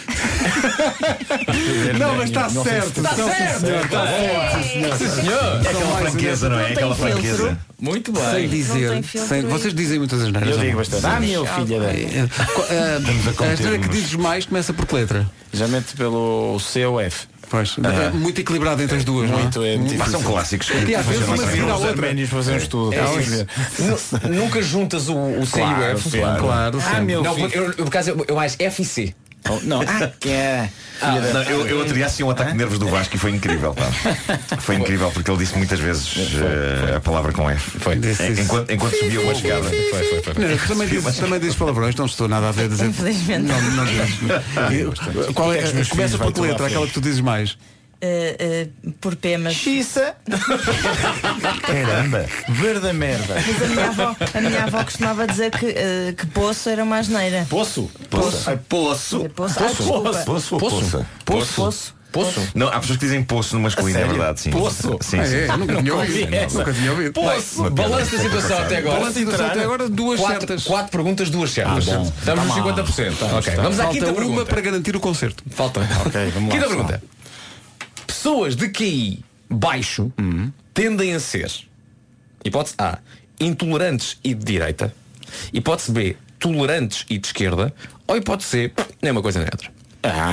Não, mas está Não sei se certo. está Não, sim, certo. senhor, está certo, sim, senhor. Sim, senhor. É aquela franqueza, não é? Aquela franqueza. Muito bem. Sem dizer. Sem, vocês dizem muitas asneiras. Eu digo bastante. Ah, meu filho é A história que dizes mais começa por que letra? Geralmente pelo C ou F. Pois, é muito equilibrado entre as duas, Muito, não é? é muito Mas difícil. são clássicos. Porque às vezes uma seguir à Os outra. arménios fazem um estudo. É isso. Nu- Nunca juntas o, o C Claro, e o F. claro. Claro, Ah, sempre. meu Não, filho. eu, eu, por acaso, eu, eu mais F e C. Oh, não, ah, que é. Ah, não, eu, eu outro dia assim um ataque de nervos do Vasco e foi incrível, pá. Foi incrível porque ele disse muitas vezes eh, a palavra com F. Foi. Eh, Enquanto, enquanto subia uma escada. Foi, foi, foi. Não, também, dizes, também dizes palavrões, não estou nada a ver dizer. Infelizmente. Não, não dizes. Qual é, começa por que letra, aquela que tu dizes mais? Uh, uh, por P, mas. Xissa. Caramba. Verde merda. Mas a minha avó, a minha avó costumava dizer que, uh, que poço era uma asneira. Poço? Poço. Ai, poço. É poço. Ah, desculpa. Poço ou poça? Poço. Poço. Poço? Não, há pessoas que dizem poço no masculino, é sério? verdade, sim. Poço? Sim, Ah, sim. é, eu nunca tinha ouvido. essa. Nunca tinha ouvido. Poço. Uma piada. Balanço da situação até agora. Balanço da situação até agora, duas quatro, certas. Quatro perguntas, duas certas. Ah, bom. Estamos nos Tá cinquenta por cento. mal. Ok, Tá. vamos à Falta quinta uma pergunta. para garantir o concerto. Falta. Ok, vamos lá. Quinta pergunta. Pessoas de Q I baixo tendem a ser, hipótese A, intolerantes e de direita, hipótese B, tolerantes e de esquerda, ou hipótese C, nem uma coisa nem outra. Ah.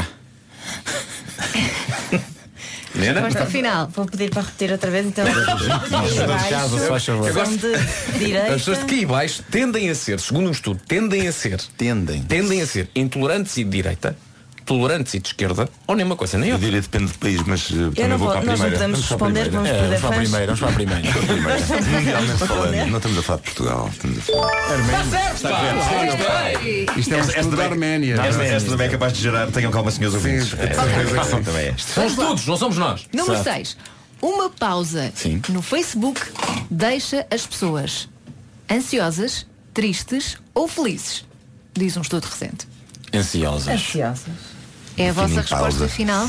Resposta final. Vou pedir para repetir outra vez, então. Casa, se faz favor. São gosto- de direita. As pessoas de Q I baixo tendem a ser, segundo um estudo, tendem a ser, Tendem. tendem a ser intolerantes e de direita, tolerantes e de esquerda, ou nem uma coisa nem Eu outra. diria depende do país, mas uh, também não vou vou- para a nós não primeira. podemos Vamos para a responder, primeira. vamos É, vamos para a Vamos. primeira, vamos para a primeira. Primeira. Mundialmente falando, não estamos a falar de Portugal. Estamos a falar. Está certo, pá! Isto é um Esta estudo da também- Arménia. Esta, esta também é capaz de gerar, tenham calma, senhores ouvintes. Sim. É, é, também é. São estudos, não somos nós. Número Certo. seis. Uma pausa Sim. no Facebook deixa as pessoas ansiosas, tristes ou felizes, diz um estudo recente. Ansiosas. Ansiosas. É a vossa Definem resposta pausa. final?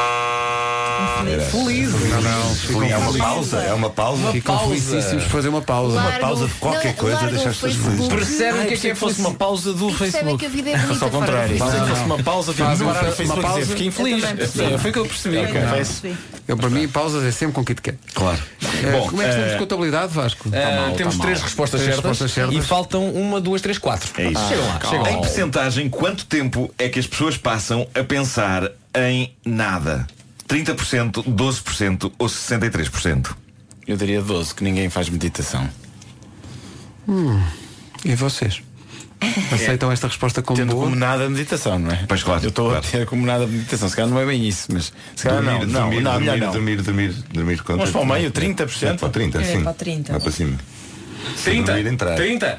Feliz. Não, não. Ficam É uma felizes. pausa, é uma pausa. Ficam pausa. felicíssimos por fazer uma pausa. Largam- pausa de qualquer não, coisa largam deixa o as pessoas Facebook. felizes. Percebem o que é que é fosse uma feliz? pausa do E percebem Facebook. que a vida é bonita Fosse ao fora contrário. do Se Facebook. fosse uma pausa, tipo, Faz uma- parar no uma Facebook e pausa. dizer, fiquei infeliz. Eu também percebi. Sim, foi o que eu percebi. Eu também confesso. percebi. Eu, para mim, pausas é sempre com Kit Kat. Claro. Eh, Bom, como é que estamos eh, de contabilidade, Vasco? Ah, mal, temos tá três mal. respostas, Três certas, respostas certas. e faltam uma, duas, três, quatro. É isso. Chegam lá, chegam Em lá. percentagem, quanto tempo é que as pessoas passam a pensar em nada? trinta por cento, doze por cento ou sessenta e três por cento? Eu diria doze, que ninguém faz meditação. Hum. E vocês? Aceitam esta resposta como Tendo boa? como nada a meditação, não é? Pois claro, Eu estou claro. a ter como nada a meditação. Se calhar não é bem isso, mas se calhar Dormir, não. Não, dormir, não, dormir, melhor não. dormir, dormir, dormir, conta. Vamos para o meio, trinta por cento. É para trinta, É sim. para trinta. Vai para cima. trinta, Dormir, entrar. trinta.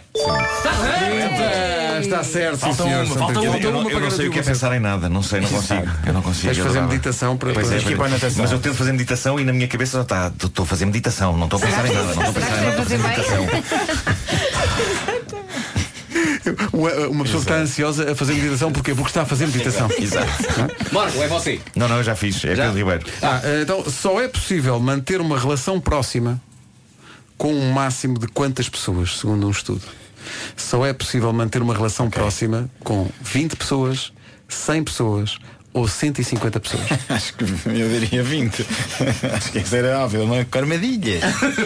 trinta! Está certo, sim, Falta senhor. uma, falta Eu, uma. eu não, eu não sei o que é pensar em nada, não sei, não consigo. Eu não consigo. Tens de fazer adorava. meditação para... Pois é, Tens que ir para a natação. mas eu tento fazer meditação e na minha cabeça já está, estou a fazer meditação, não estou a pensar em nada, não estou a pensar em nada, estou a fazer meditação. Uma uma pessoa que está ansiosa a fazer meditação, porquê? Porque está a fazer meditação. Exato. Marco, é você. Não, não, eu já fiz, é Já? Pedro Ribeiro. Ah, então, só é possível manter uma relação próxima com um máximo de quantas pessoas, segundo um estudo? Só é possível manter uma relação próxima com vinte pessoas, cem pessoas ou cento e cinquenta pessoas. Acho que eu diria vinte. Acho que isso era óbvio, uma armadilha.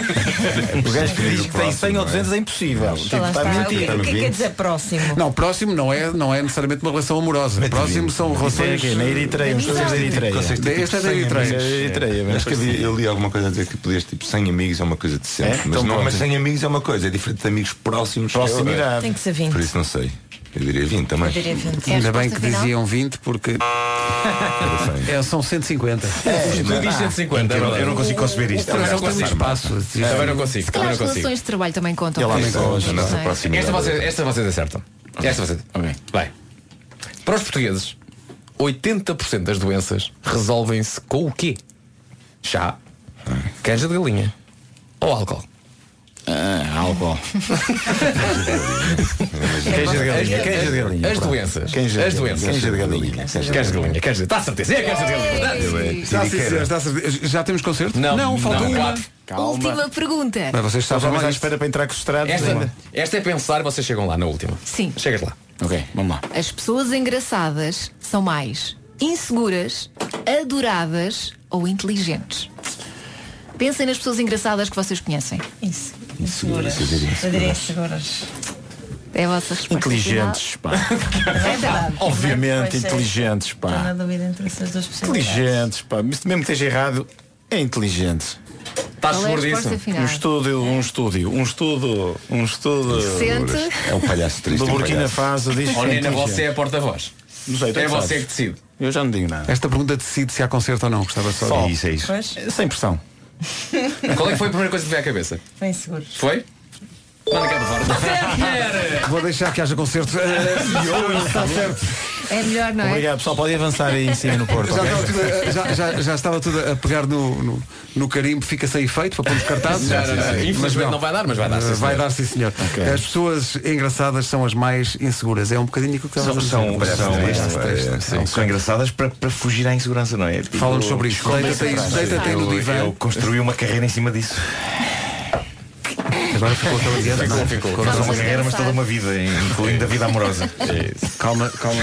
O gajo que diz que tem cem ou duzentos é impossível. Tipo, Lá está está. a O que, mentir. o que é que quer dizer próximo? Não, próximo não é, não é necessariamente uma relação amorosa. Próximo são Isso é relações... aqui, na Eritreia, uns coisas da Eritreia. Conselhos tipo Este é da cem Eritreia. amigos. É da Eritreia, mas Acho que havia- eu li alguma coisa a dizer que podias tipo cem amigos é uma coisa decente. É? Mas, Então não, pronto. mas cem amigos é uma coisa, é diferente de amigos próximos. Proximidade. Tem que ser vinte. Por isso não sei. Eu diria vinte também. Eu diria vinte. É a Ainda bem resposta que final? diziam vinte porque é, são cento e cinquenta. Tu diz cento e cinquenta. Eu, não- eu não consigo conceber isto. Mas aliás, eles têm passar mal. espaço. Também não consigo, Se também calhar não as consigo. relações de trabalho também contam. E lá para está, isso, a não nossa sei. proximidade. Esta vocês, esta vocês acertam. Esta vocês. Ok. Vai. Para os portugueses, oitenta por cento das doenças resolvem-se com o quê? Chá, canja de galinha ou álcool? Ah, álcool. Queijo de galinha, queijo de galinha. As doenças. Queijo As de doenças. Queijo de galinha. Queijo de galinha. Queijo de... Está a certeza. É a queijo de galinha. Está a ser, está a ser. Já temos concerto? Não, não, falta não, uma. quatro. Calma. Última pergunta. Mas vocês Estava estavam mais à mais espera para entrar com os estrados. Esta, esta é pensar e vocês chegam lá na última. Sim. Chegas lá. Ok, vamos lá. As pessoas engraçadas são mais inseguras, adoradas ou inteligentes? Pensem nas pessoas engraçadas que vocês conhecem. Isso. Inseguras. Eu diria inseguras. É a vossa resposta. Inteligentes, pá. É verdade. Obviamente, Pois é. inteligentes, Estou na pá. dúvida entre essas duas possibilidades. Inteligentes, pá. Mesmo que esteja errado, é inteligente. Estás Qual é a seguro resposta disso? final? Um estudo, um estúdio, um estudo, um estudo. Sente. É um palhaço triste. Do um Burkina palhaço. Faso diz que Oh, é Nena, inteligente. você é a porta-voz. Não sei, tu É que você sabes. que decide. Eu já não digo nada. Esta pergunta decide se há concerto ou não. Gostava só. Só. É isso, é isso. Pois, Sem pressão. Qual é que foi a primeira coisa que veio à cabeça? bem seguros. Foi? Manda cá para fora. Vou deixar que haja concerto. Está certo. É melhor, não é? Obrigado, pessoal. Pode avançar aí em cima no Porto. Já, ok? estava tudo, a- já, já, já estava tudo a pegar no, no, no carimbo, fica sem efeito para pôr os cartazes. Não, não, não. Mas Infelizmente não vai dar, mas vai dar, sim, Vai senhor. dar, sim, senhor. Ok. As pessoas engraçadas são as mais inseguras. É um bocadinho aquilo que São, estavas a são, dizer. são, é, é, são, são engraçadas para, para fugir à insegurança, não é? Tipo, Fala-nos sobre isso. Deita-te aí- deita-te aí no eu, divã. eu construí uma carreira em cima disso. Agora ficou tão adiante. Ficou, não é? ficou. Ficou Não só tão uma adiante. carreira, mas toda uma vida, incluindo a vida amorosa. Calma, calma.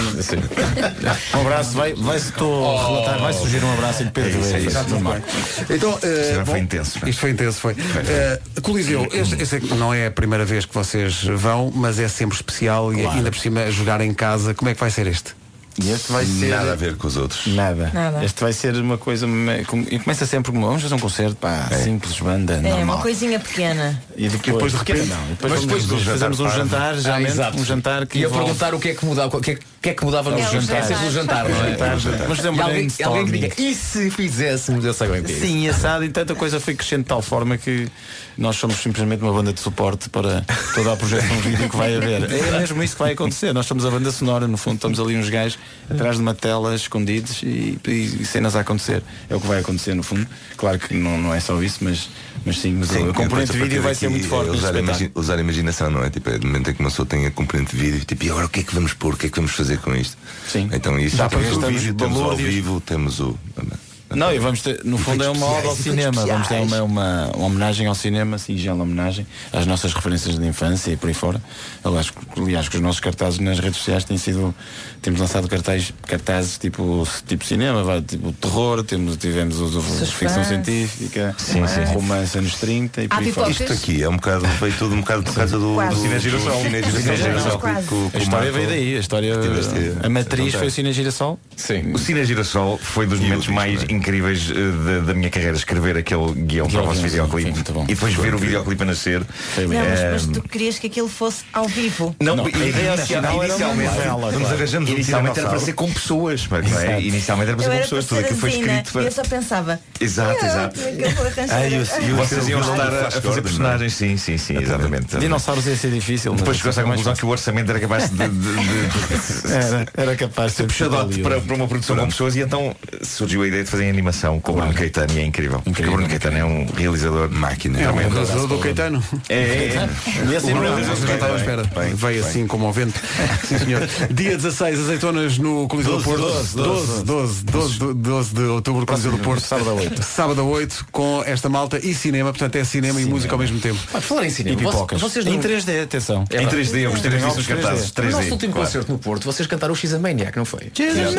Um abraço, vai, vai, estou a relatar, vai surgir um abraço em Pedro. É isso, é isso. Normal. Então, eh, Isto bom, foi intenso. Isto foi intenso, foi. Eh, Coliseu, este, eu sei que não é a primeira vez que vocês vão, mas é sempre especial e Claro. ainda por cima jogar em casa. Como é que vai ser este? E este vai ser. Nada a ver com os outros. Nada. Nada. Este vai ser uma coisa. me- com- E começa sempre como vamos fazer um concerto, pá, simples, banda, É, normal. uma coisinha pequena. E depois, depois, de repente- não. E depois, Mas depois fazemos, do fazemos um jantar jantar, Ah, geralmente, exato. um jantar que Ia envolve- perguntar o que é que mudava, o que é, o que, é que mudava no É, o jantar. jantar. Sempre no jantar, não é? Jantar, jantar. Vamos fazer um E alguém, brainstorming. alguém que diga, e se fizéssemos, eu sei bem disso. Sim, assado, e tanta coisa foi crescendo de tal forma que nós somos simplesmente uma banda de suporte para toda a projeção vídeo que vai haver. É mesmo isso que vai acontecer. Nós somos a banda sonora, no fundo, estamos ali uns gajos atrás de uma tela, escondidos e, e- e cenas a acontecer. É o que vai acontecer, no fundo. Claro que não, não é só isso, mas, mas sim, mas Sim, o componente depois, a vídeo partir vai ser daqui, muito forte. é neste usar, a espetáculo. imagi- usar a imaginação, não é? Tipo, é do momento em que uma pessoa tem a componente de vídeo, tipo, e agora o que é que vamos pôr? O que é que vamos fazer com isto? Sim. Então isso Já já temos para o estamos vídeo, temos o ao balúrdios. vivo, temos o. Não, e vamos ter, no fundo é uma ode ao especiais, cinema. efeitos Vamos ter especiais. uma, uma, uma homenagem ao cinema, singela homenagem às nossas referências de infância e por aí fora. Aliás, aliás, que os nossos cartazes nas redes sociais têm sido. Temos lançado cartazes, cartazes tipo, tipo cinema, vai, tipo terror, temos, tivemos o, o ficção científica, Sim, sim. romance anos trinta e por Há aí fora. Isto aqui é um bocado, veio tudo um bocado por causa do, Quase. do Cine Girassol. do Cine Cine Girassol. Girassol. Quase. Com- com A o história Marco. veio daí, a história. Tiveste- A matriz então, foi o Cine Girassol. Sim. O Cine Girassol foi dos E momentos o disco, mais não é? incríveis eh, da, da minha carreira, escrever aquele guião para o vosso sim, videoclipe sim, muito bom. e depois ver o videoclipe a nascer. Não, mas, Eh, mas tu querias que aquilo fosse ao vivo. Não, Não, e- a ideia inicial- original era inicialmente, uma novela, nos claro. arranjamos um inicialmente era para ser com pessoas, mas, não é? Exato. Inicialmente era para Eu ser com era pessoas, para tudo ser aquilo foi a Zina, escrito e para. eu só pensava. Exato, "Ah, exato. como é que eu vou arranjar?" Ah, e o- e o- Vocês iam o estar a, a Flash fazer Gordon, personagens, sim, sim, sim, exatamente. Dinossauros ia ser difícil. mas Depois chegou-se à foi mais conclusão que o orçamento era capaz de, de, de, de Era, era capaz de ser puxadote para, para uma produção com pessoas e então surgiu a ideia de fazer animação com o Bruno Caetano e é incrível. Porque o Bruno Caetano é um realizador máquina. É um realmente. realizador do Caetano. É, é, é. Ia ser O uma Bruno, coisa não estava à espera. bem, Veio bem. assim como ao vento. Sim, senhor. Dia dezasseis, azeitonas no Coliseu do doze, Porto. doze, doze, doze, doze, doze de outubro, Coliseu do Porto. sábado a oito. Sábado a oito, com esta malta e cinema. Portanto, é cinema e música ao mesmo tempo. Pá, falar em E cinema, pipocas. vocês Em não... três D, atenção. É Em três D, eu gostei de ver Novos os cartazes. No três D. nosso último claro. concerto no Porto, vocês cantaram o X-Maniac, não foi?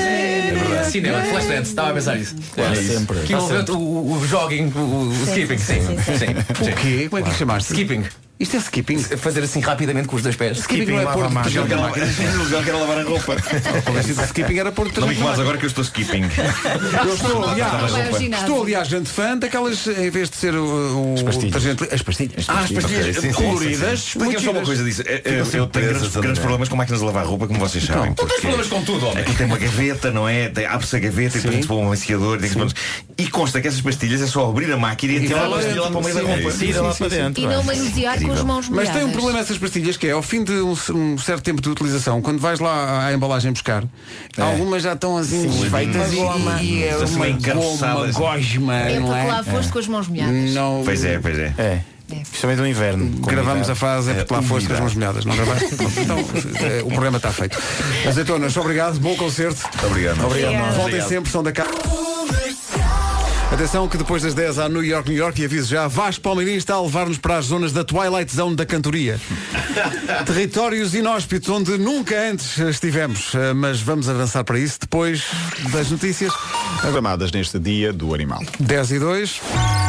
É verdade. Cinema, Flashdance, estava a pensar nisso. É sempre. Que envolveu o, o, o jogging, o, o skipping, sim. Sim, O quê? Como é que lhe chamaste? Skipping. Isto é skipping. Fazer assim rapidamente com os dois pés. Skipping não é pôr O João quer lavar- o João quer lavar a roupa. Skipping era pôr Não me incomodes agora que eu estou skipping. Eu estou, aliás, Vai ao ginásio. estou, aliás, grande fã daquelas, em vez de ser o, o As pastilhas. detergente- as pastilhas. Ah, as pastilhas sim, sim, Expliquem-me coloridas, só uma muito coisa giras. disso. Eh, eh, Eu tenho grandes, grandes problemas com máquinas de lavar roupa, como vocês sabem. Não tens problemas com tudo, homem. Aqui tem uma gaveta, não é? Tem- Abre-se a gaveta e tem que se pôr um amaciador. Tem que se pôr... E consta que essas pastilhas é só abrir a máquina e atirar a pastilha lá para o meio da roupa. Sim, lá para dentro. E não manusear com as mãos molhadas. Mas tem um problema essas pastilhas que é, ao fim de um, um certo tempo de utilização, quando vais lá à embalagem buscar, é. algumas já estão assim desfeitas e, e é uma goma, uma gosma, é não porque é? lá foste é. com as mãos molhadas. Não... Pois é, pois é. É. É. Principalmente no inverno. Gravamos a frase, é porque lá foste com as mãos molhadas, não gravaste? Então, é, o programa está feito. Azeitonas, obrigado, bom concerto. Obrigado. Obrigado. Obrigado. Voltem sempre, são da casa. Atenção que depois das dez há New York, New York, e aviso já, Vasco Palmeirinho está a levar-nos para as zonas da Twilight Zone da cantoria. Territórios inóspitos onde nunca antes estivemos, mas vamos avançar para isso depois das notícias. Programadas neste dia do animal. dez e dois.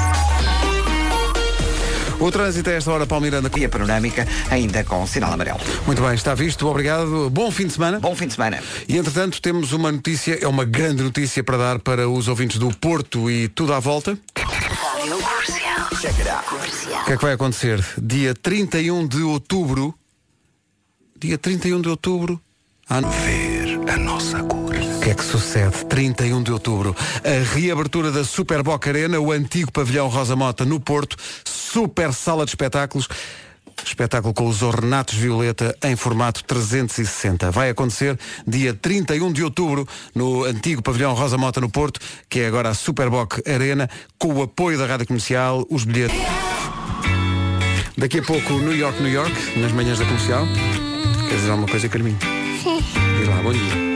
O trânsito a esta hora, Paulo Miranda. E a panorâmica ainda com sinal amarelo. Muito bem, está visto, obrigado. Bom fim de semana. Bom fim de semana. E entretanto temos uma notícia, é uma grande notícia para dar para os ouvintes do Porto e tudo à volta. O que é que vai acontecer? Dia trinta e um de outubro. Dia trinta e um de outubro. A ver a nossa cor. O que é que sucede? trinta e um de outubro. A reabertura da Super Boca Arena, o antigo pavilhão Rosa Mota no Porto. Super sala de espetáculos. Espetáculo com os ornatos violeta em formato trezentos e sessenta. Vai acontecer dia trinta e um de outubro no antigo pavilhão Rosa Mota no Porto, que é agora a Super Boca Arena, com o apoio da Rádio Comercial, os bilhetes. Daqui a pouco New York, New York, nas manhãs da Comercial. Quer dizer alguma coisa, Carminho? Sim. Diz lá, bom dia.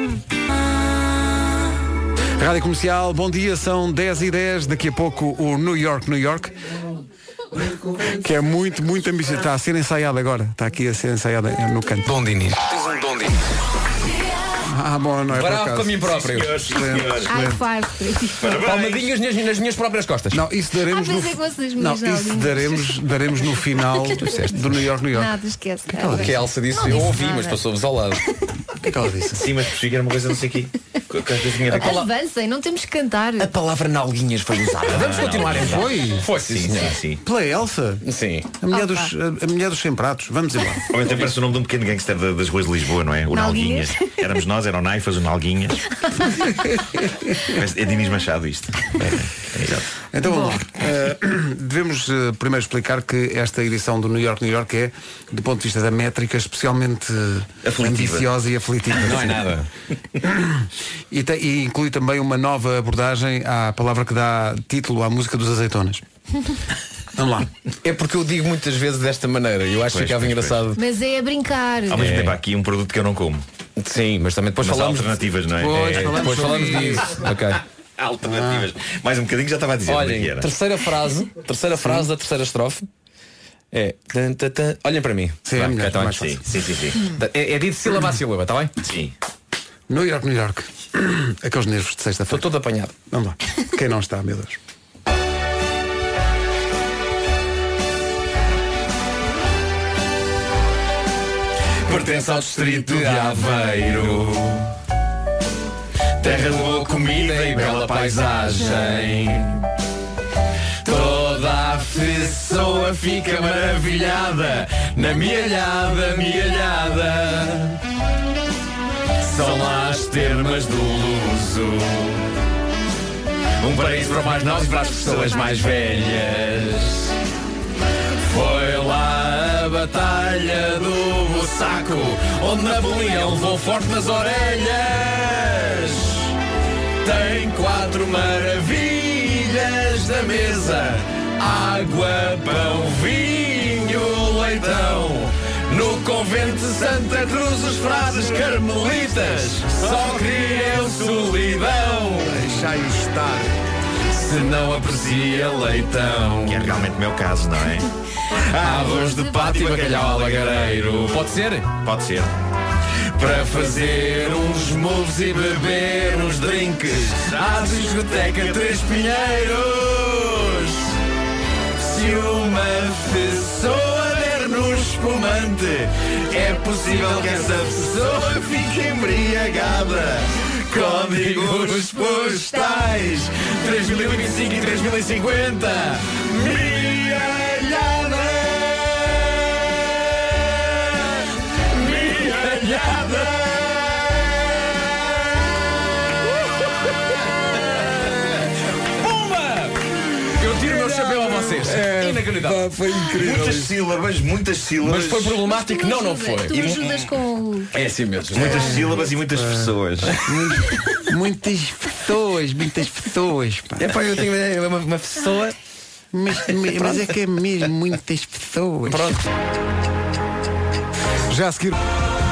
Rádio Comercial, bom dia, são dez e dez, daqui a pouco o New York, New York, que é muito, muito ambicioso, está a ser ensaiado agora, está aqui a ser ensaiado no canto. Dom Dinis. Tens um Dom Dinis. Ah, bom, não é Bravo por acaso. para mim próprio. High five. Palmadinhas nas, nas minhas próprias costas. Não, isso daremos Ah, no, pensei que vocês não, mesmo isso daremos, daremos no final do New York, New York. Nada, esquece. O que a Elsa disse, Não eu disse ouvi, nada. mas passou-vos ao lado. O que é que ela disse? Sim, mas percebi que era uma coisa não sei o quê. Avancem, não temos que cantar. A palavra nalguinhas foi usada. Vamos continuar então. Foi? Foi, sim, Sim, senhor. sim, sim. Pela Elsa? Sim. A mulher, Opa. dos, a, a mulher dos sem pratos. Vamos embora. Ou até parece o nome de um pequeno gangster da- das ruas de Lisboa, não é? O Nalguinhas. Nalguinhas. Éramos nós, eram Naifas, o Nalguinhas. Mas é Dinis Machado isto. É, é, exato. Então vamos lá. Uh, devemos uh, primeiro explicar que esta edição do New York, New York é, do ponto de vista da métrica, especialmente uh, Aflitiva. ambiciosa e aflitiva. Não é nada. E, te- e inclui também uma nova abordagem à palavra que dá título à música dos Azeitonas. Vamos lá. É porque eu digo muitas vezes desta maneira e eu acho que Pois, ficava pois, engraçado. Mas é a brincar. Ao mesmo É. tempo há aqui um produto que eu não como. Sim, mas também depois Mas há falamos. alternativas, não é? Pois, É, falamos Depois sobre falamos isso. disso. Ok. há alternativas. Mais um bocadinho já estava a dizer onde é que Olhem, era. terceira frase, terceira frase da terceira estrofe. É. tan, tan, tan. Olhem para mim. Sim, Vai, é melhor, ok, tá bem. mais Sim, sim, sim, sim. É, é dito sílaba a sílaba, está bem? Sim. New York, New York. Aqueles nervos de Estou sexta-feira. todo apanhado. Vamos lá. Quem não está, meu Deus. Pertence ao distrito de Aveiro, terra de boa comida e bela paisagem. Toda a pessoa fica maravilhada na mialhada, mialhada. São lá as termas do Luso, um paraíso para os mais novos e para as pessoas mais velhas. Foi lá a batalha do Bussaco, onde Napoleão levou forte nas orelhas. Tem quatro maravilhas da mesa: água, pão, vinho, leitão. No convento de Santa Cruz os frades carmelitas só criam solidão. Deixai-o estar. Se não aprecia leitão. Que é realmente o meu caso, não é? Arroz de pato e bacalhau alagareiro. Pode ser? Pode ser. Para fazer uns moves e beber uns drinks à discoteca Três Pinheiros. Se uma pessoa der no espumante, é possível que essa pessoa fique embriagada. Códigos postais três mil e vinte e cinco e três mil e cinquenta. Mialhada, mialhada. chapéu a vocês. É, Inacreditável. pá, foi incrível. Muitas isso. sílabas, muitas sílabas. Mas foi problemático? Não, não foi. Tu ajudas com o... É assim mesmo. Muitas sílabas e muitas pessoas. Muitas pessoas, muitas pessoas. Pá. É pá, eu tenho uma, uma pessoa. Mas, mas é que é mesmo muitas pessoas. Pronto. Já a seguir.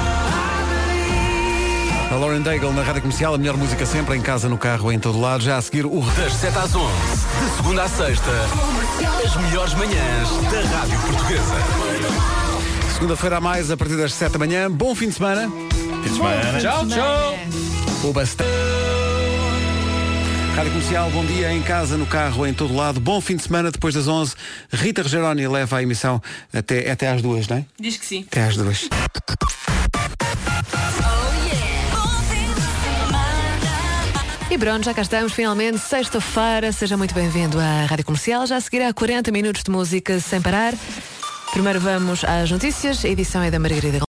A Lauren Daigle na Rádio Comercial, a melhor música sempre, em casa, no carro, em todo lado. Já a seguir o... Das sete às onze, de segunda à sexta, as melhores manhãs da Rádio Portuguesa. Segunda-feira a mais, a partir das sete da manhã. Bom fim de semana. Fim de semana. Tchau, tchau. O bastante. Rádio Comercial, bom dia, em casa, no carro, em todo lado. Bom fim de semana, depois das onze. Rita Rogeroni leva a emissão até, até às duas, não é? Diz que sim. Até às duas. E pronto, já cá estamos, finalmente, sexta-feira. Seja muito bem-vindo à Rádio Comercial. Já seguirá quarenta minutos de música sem parar. Primeiro vamos às notícias. A edição é da Margarida.